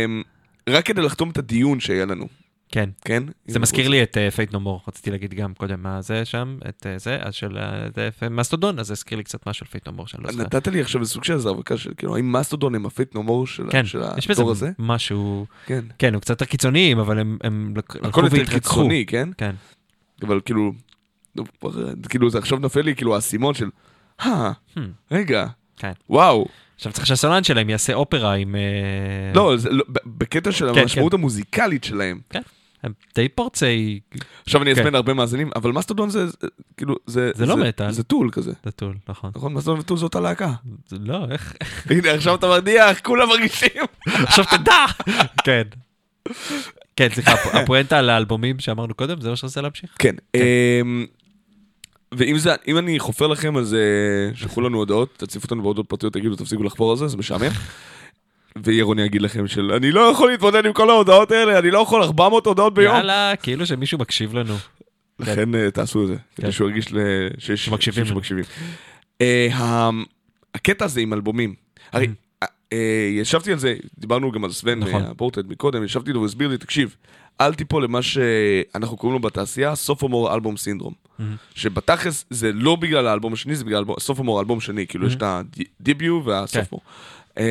רק כדי לחתום את הדיון שהיה לנו, כן. כן? זה מזכיר לי את פייט נו מור, רציתי להגיד גם קודם מה זה שם, את אה, זה, אז של אה, מסטודון, אז זה הזכיר לי קצת משהו על פייט נו מור שאני לא זוכר. נתת לי עכשיו סוג של זרבקה של, כאילו, האם מסטודון הם הפייט נו מור של כן, של יש בזה הדור הזה? משהו, כן. כן, הוא קצת יותר קיצוניים, אבל הם- הם לק- הכל לקחו יותר והתרככו. קיצוני, כן? כן. אבל כאילו, נו, כבר- כאילו, זה עכשיו נופל לי, כאילו, האסימון של, אה, Hmm. רגע, כן. וואו. עכשיו צריך שהסולן שלהם יעשה אופרה עם... אה, לא, זה לא- ב- בקטע של כן, המשמעות המוזיקלית שלהם. הם די פורצי... עכשיו אני כן. אעצבן הרבה מאזינים, אבל מסטודון זה, זה- כאילו, זה... זה לא מטאל. זה טול כזה. זה טול, נכון. נכון, מסטודון וטול זה אותה להקה. זה לא, איך... הנה, עכשיו אתה מרדיח, כולם מרגישים. עכשיו תדע! כן. כן, סליחה, הפ- הפואנטה על האלבומים שאמרנו קודם, זה מה שרוצה להמשיך? כן. אמ, ואם זה, אם אני חופר לכם, אז אה, שלחו לנו הודעות, תציפו אותנו בהודעות פרטיות, תגידו, תפסיקו לחפור על זה, זה משעמם. וירוני יגיד לכם של, אני לא יכול להתמודד עם כל ההודעות האלה, אני לא יכול ארבע מאות הודעות ביום. יאללה, כאילו שמישהו מקשיב לנו. לכן אה, תעשו את זה, כן. כדי שהוא ירגיש ל- שיש שמקשיבים לנו. שמקשיבים. אה, ה- הקטע הזה עם אלבומים, הרי Mm. אה, ישבתי על זה, דיברנו גם על סוון נכון. הפורטד מקודם, ישבתי לו והסביר לי, תקשיב, אל תיפול למה שאנחנו קוראים לו בתעשייה, סופומור אלבום סינדרום. Mm-hmm. שבתכלס זה לא בגלל האלבום השני, זה בגלל סופומור אלבום שני, כאילו יש את הדיביו והסופומור. כן.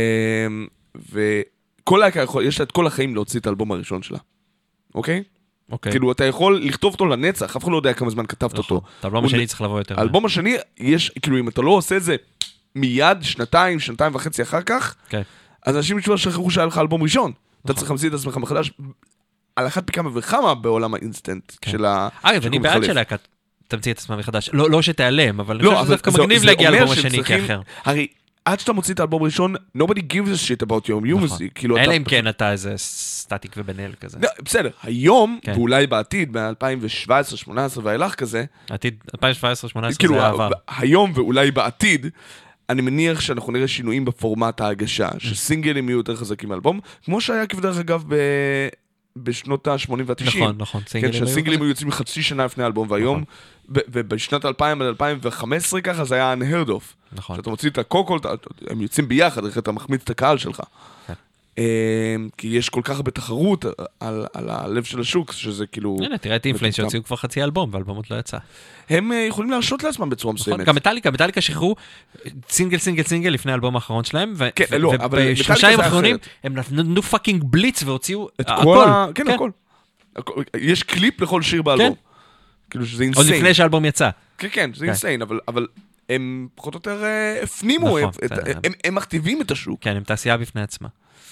וכל להקה יכול, יש לה את כל החיים להוציא את האלבום הראשון שלה. אוקיי? אוקיי. כאילו אתה יכול לכתוב אותו לנצח, אף אחד לא יודע כמה זמן כתבת נכון. אותו. את האלבום הוא- השני צריך לבוא יותר. האלבום השני, יש, כאילו אם אתה לא עושה את זה מיד, שנתיים, שנתיים וחצי אחר כך, כן. אז אנשים כבר שכחו שהיה לך אלבום ראשון. אתה צריך להמציא את עצמך מחדש, על אחת פי כמה וכמה בעולם האינסטנט כן. של ה... אגב, שהוא אני בעד מתחלף. שלהקה תמציא את עצמה מחדש. לא לא שתיעלם, אבל אני לא, חושב שזה אבל דווקא זה- מגניב זה להגיע אומר לאלבום שהם השני צריכים- כאחר. הרי עד שאתה מוציא את האלבום הראשון, nobody gives a shit about your נכון. music. כאילו, אלא אתה אם פשוט- כן אתה איזה סטטיק ובן אל כזה. לא, בסדר, היום, כן. ואולי בעתיד, ב-אלפיים שבע עשרה שמונה עשרה ואילך כזה, עתיד אלפיים שבע עשרה שמונה עשרה כאילו, זה העבר. היום ואולי בעתיד, אני מניח שאנחנו נראה שינויים בפורמט ההגשה, שסינגלים יהיו יותר חזקים מאלבום, כמו שהיה כבדרך אגב ב... בשנות ה-שמונים וה-תשעים. נכון, נכון. כן, סינגלים היו שהסינגלים כזה. היו יוצאים חצי שנה לפני האלבום, והיום, ב- ובשנת אלפיים עד אלפיים וחמש עשרה ככה, זה היה unheard of. נכון. כשאתה מוציא את הקוקול, אתה- הם יוצאים ביחד, איך אתה מחמיץ את הקהל שלך. כן. אמ, כי יש כל כך הרבה תחרות על, על הלב של השוק, שזה כאילו... הנה, תראה את אינפליינס מטומטם. שהוציאו כבר חצי אלבום, והאלבום עוד לא יצא. הם אה, יכולים להרשות לעצמם בצורה נכון, מסוימת. גם מטאליקה, מטאליקה שחררו סינגל סינגל סינגל לפני האלבום האחרון שלהם, ו- כן, ו- לא, אבל ובשלושה מטאליקה ימים זה האחרונים אחרת. הם נתנו פאקינג בליץ והוציאו את הכל. כל ה... כן, הכל. הכל. יש קליפ לכל שיר באלבום. כאילו שזה עוד אינסיין. לפני שהאלבום יצא. כן, כן, זה כן. אינסיין, אבל, אבל הם פחות או יותר אה, הפנימו, נכון, הם, את, בסדר. הם, הם מכתיבים את השוק. כן, הם תעשייה בפני עצמה.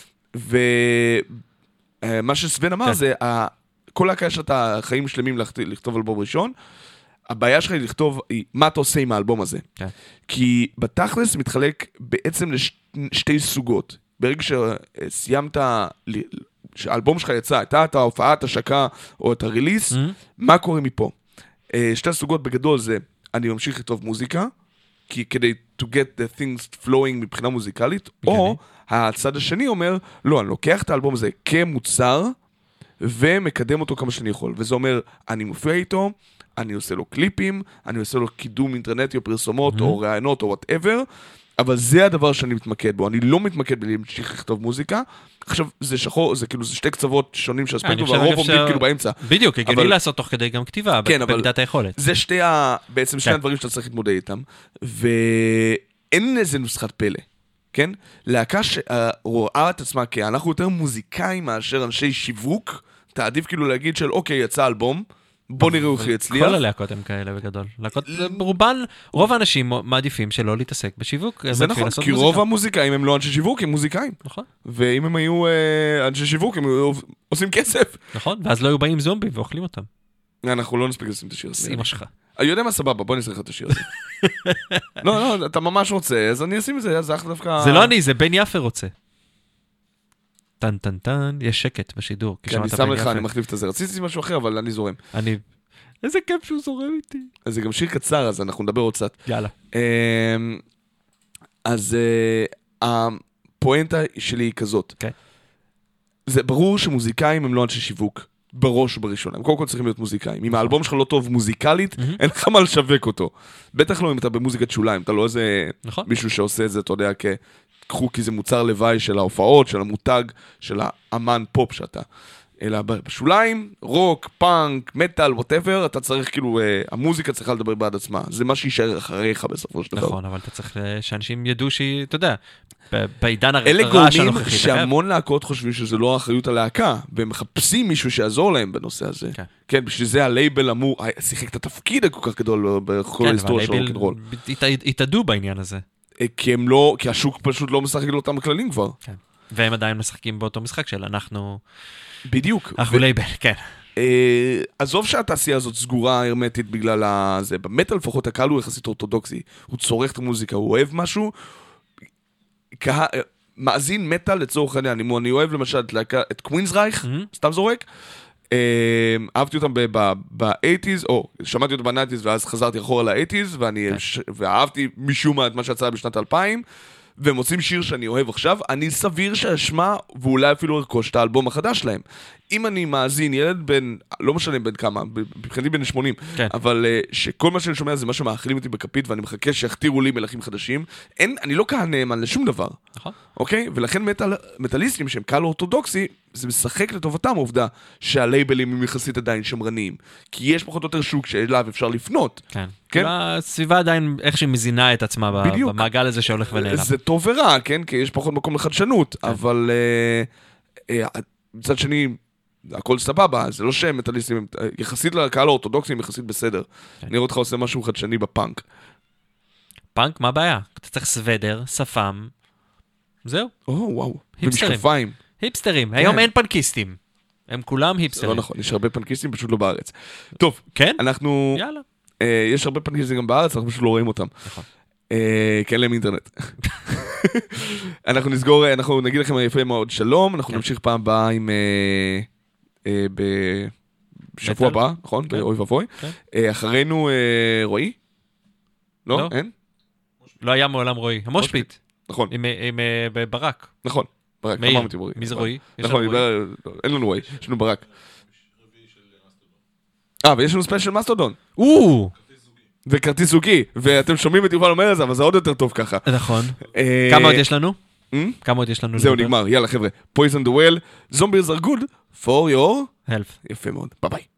ומה שסוון אמר כן. זה, ה- כל להקה יש אתה חיים שלמים לכת- לכתוב אלבום ראשון, הבעיה שלך היא לכתוב היא, מה אתה עושה עם האלבום הזה. כן. כי בתכלס מתחלק בעצם לשתי סוגות. ברגע שסיימת, ל- שהאלבום שלך יצא, הייתה את ההופעת השקה או את הריליס, Mhm. מה קורה מפה? אה, שתי הסוגות בגדול זה, אני ממשיך לכתוב מוזיקה, כי כדי to get the things flowing מבחינה מוזיקלית, או הצד השני אומר, לא, אני לוקח את האלבום הזה כמוצר, ומקדם אותו כמה שאני יכול. וזה אומר, אני מופיע איתו, אני עושה לו קליפים, אני עושה לו קידום אינטרנטי או פרסומות, mm-hmm. או רעיונות או whatever, אבל זה הדבר שאני מתמקד בו. אני לא מתמקד בלהמשיך לכתוב מוזיקה. עכשיו, זה שחור, זה כאילו, זה שתי קצוות שונים שהספקטרום, והרוב עומדים כאילו באמצע. בדיוק, הגיוני לעשות תוך כדי גם כתיבה, במידת היכולת. זה שתי ה... בעצם שני הדברים שאתה צריך להתמודד איתם, ואין איזה נוסחת פלא, כן? להקה שרואה את עצמה, כי אנחנו יותר מוזיקאים מאשר אנשי שיווק, תעדיף כאילו להגיד של, אוקיי, יצא אלבום, בוא נראה איך יצליח. כל הלהקות הם כאלה בגדול. רובן, רוב האנשים מעדיפים שלא להתעסק בשיווק. זה נכון, כי רוב המוזיקאים הם לא אנשי שיווק, הם מוזיקאים. נכון. ואם הם היו אנשי שיווק, הם עושים כסף. נכון, ואז לא היו באים זומבים ואוכלים אותם. אנחנו לא נספיק לשים את השיר הזה. אמא שלך. אני יודע מה סבבה, בוא נעשה לך את השיר הזה. לא, לא, אתה ממש רוצה, אז אני אשים את זה, זה אחלה דווקא... זה לא אני, זה בן יפה רוצה. טן טן טן, יש שקט בשידור. כן, אני שם לך, אני מחליף את זה. רציתי משהו אחר, אבל אני זורם. אני... איזה כיף שהוא זורם איתי. אז זה גם שיר קצר, אז אנחנו נדבר עוד קצת. יאללה. אז הפואנטה שלי היא כזאת. כן. זה ברור שמוזיקאים הם לא אנשי שיווק. בראש ובראשונה. הם קודם כל צריכים להיות מוזיקאים. אם האלבום שלך לא טוב מוזיקלית, אין לך מה לשווק אותו. בטח לא אם אתה במוזיקת שוליים. אתה לא איזה מישהו שעושה את זה, אתה יודע, קחו כי זה מוצר לוואי של ההופעות, של המותג, של האמן פופ שאתה. אלא בשוליים, רוק, פאנק, מטל, whatever, אתה צריך כאילו, המוזיקה צריכה לדבר בעד עצמה. זה מה שישאר אחריך בסופו של דבר. נכון, אבל אתה צריך שאנשים ידעו שהיא, אתה יודע, בעידן הרעש הנוכחי. אלה גורמים שהמון להקות חושבים שזה לא האחריות הלהקה, והם מחפשים מישהו שיעזור להם בנושא הזה. כן, בשביל זה הלייבל אמור, שיחק את התפקיד הכל כך גדול בכל ההיסטוריה של רוק'נ'רול. התאדו בעניין הזה. כי הם לא, כי השוק פשוט לא משחק לאותם הכללים כבר. כן. והם עדיין משחקים באותו משחק של אנחנו... בדיוק. אנחנו לייבל, כן. עזוב שהתעשייה הזאת סגורה הרמטית בגלל זה. במטל לפחות הקהל הוא יחסית אורתודוקסי. הוא צורך את המוזיקה, הוא אוהב משהו. מאזין מטל לצורך העניין. אם אני אוהב למשל את קווינסרייך, סתם זורק. אהבתי אותם ב-שמונים, או שמעתי אותם ב-תשעים ואז חזרתי אחורה ל-שמונים ואהבתי משום מה את מה שיצא בשנת אלפיים, והם מוצאים שיר שאני אוהב עכשיו, אני סביר שאשמע ואולי אפילו ארכוש את האלבום החדש שלהם. אם אני מאזין ילד בן, לא משנה בין כמה, מבחינתי בין שמונים, כן. אבל uh, שכל מה שאני שומע זה מה שמאכילים אותי בכפית, ואני מחכה שיכתירו לי מלכים חדשים, אין, אני לא קהל נאמן לשום דבר. נכון. אוקיי? ולכן מטל, מטליסטים שהם קהל אורתודוקסי, זה משחק לטובתם העובדה שהלייבלים הם יחסית עדיין שמרניים. כי יש פחות או יותר שוק שאליו אפשר לפנות. כן. כן? הסביבה עדיין איך שהיא מזינה את עצמה בדיוק. במעגל הזה שהולך ונעלם. זה טוב ורע, כן? כי יש פחות מקום לחדשנות, כן. אבל uh, uh, מצד שני, הכל סבבה, זה לא שהם מטליסטים, יחסית לקהל האורתודוקסי הם יחסית בסדר. כן. נראה אותך עושה משהו חדשני בפאנק. פאנק? מה הבעיה? אתה צריך סוודר, שפם, זהו. או, וואו. ומשקפיים. היפסטרים. כן. היום אין פנקיסטים. הם כולם היפסטרים. לא נכון, יש הרבה פנקיסטים, פשוט לא בארץ. טוב, כן? אנחנו... יאללה. אה, יש הרבה פנקיסטים גם בארץ, אנחנו פשוט לא רואים אותם. נכון. אה, כן להם אינטרנט. אנחנו נסגור, אנחנו נגיד לכם יפה מאוד שלום, אנחנו כן. נמשיך פעם הבאה עם... אה, אה, בשבוע הבא, נכון? כן. באוי ובוי. כן. אה, אחרינו אה, רועי? לא? לא? אין? לא היה מעולם רועי. המושפיט. נכון. עם, עם, עם ברק. נכון. ברק. מאיר. מי זה רועי? נכון, אין לנו רועי. יש לנו ברק. אה, ויש לנו ספיישל מסטודון. או! וכרטיס זוגי. ואתם שומעים את יובל אומר את זה, אבל זה עוד יותר טוב ככה. נכון. כמה עוד יש לנו? כמה עוד יש לנו? זהו, נגמר. יאללה, חבר'ה. Poison the well. Zombies are good for your health. יפה מאוד. ביי ביי.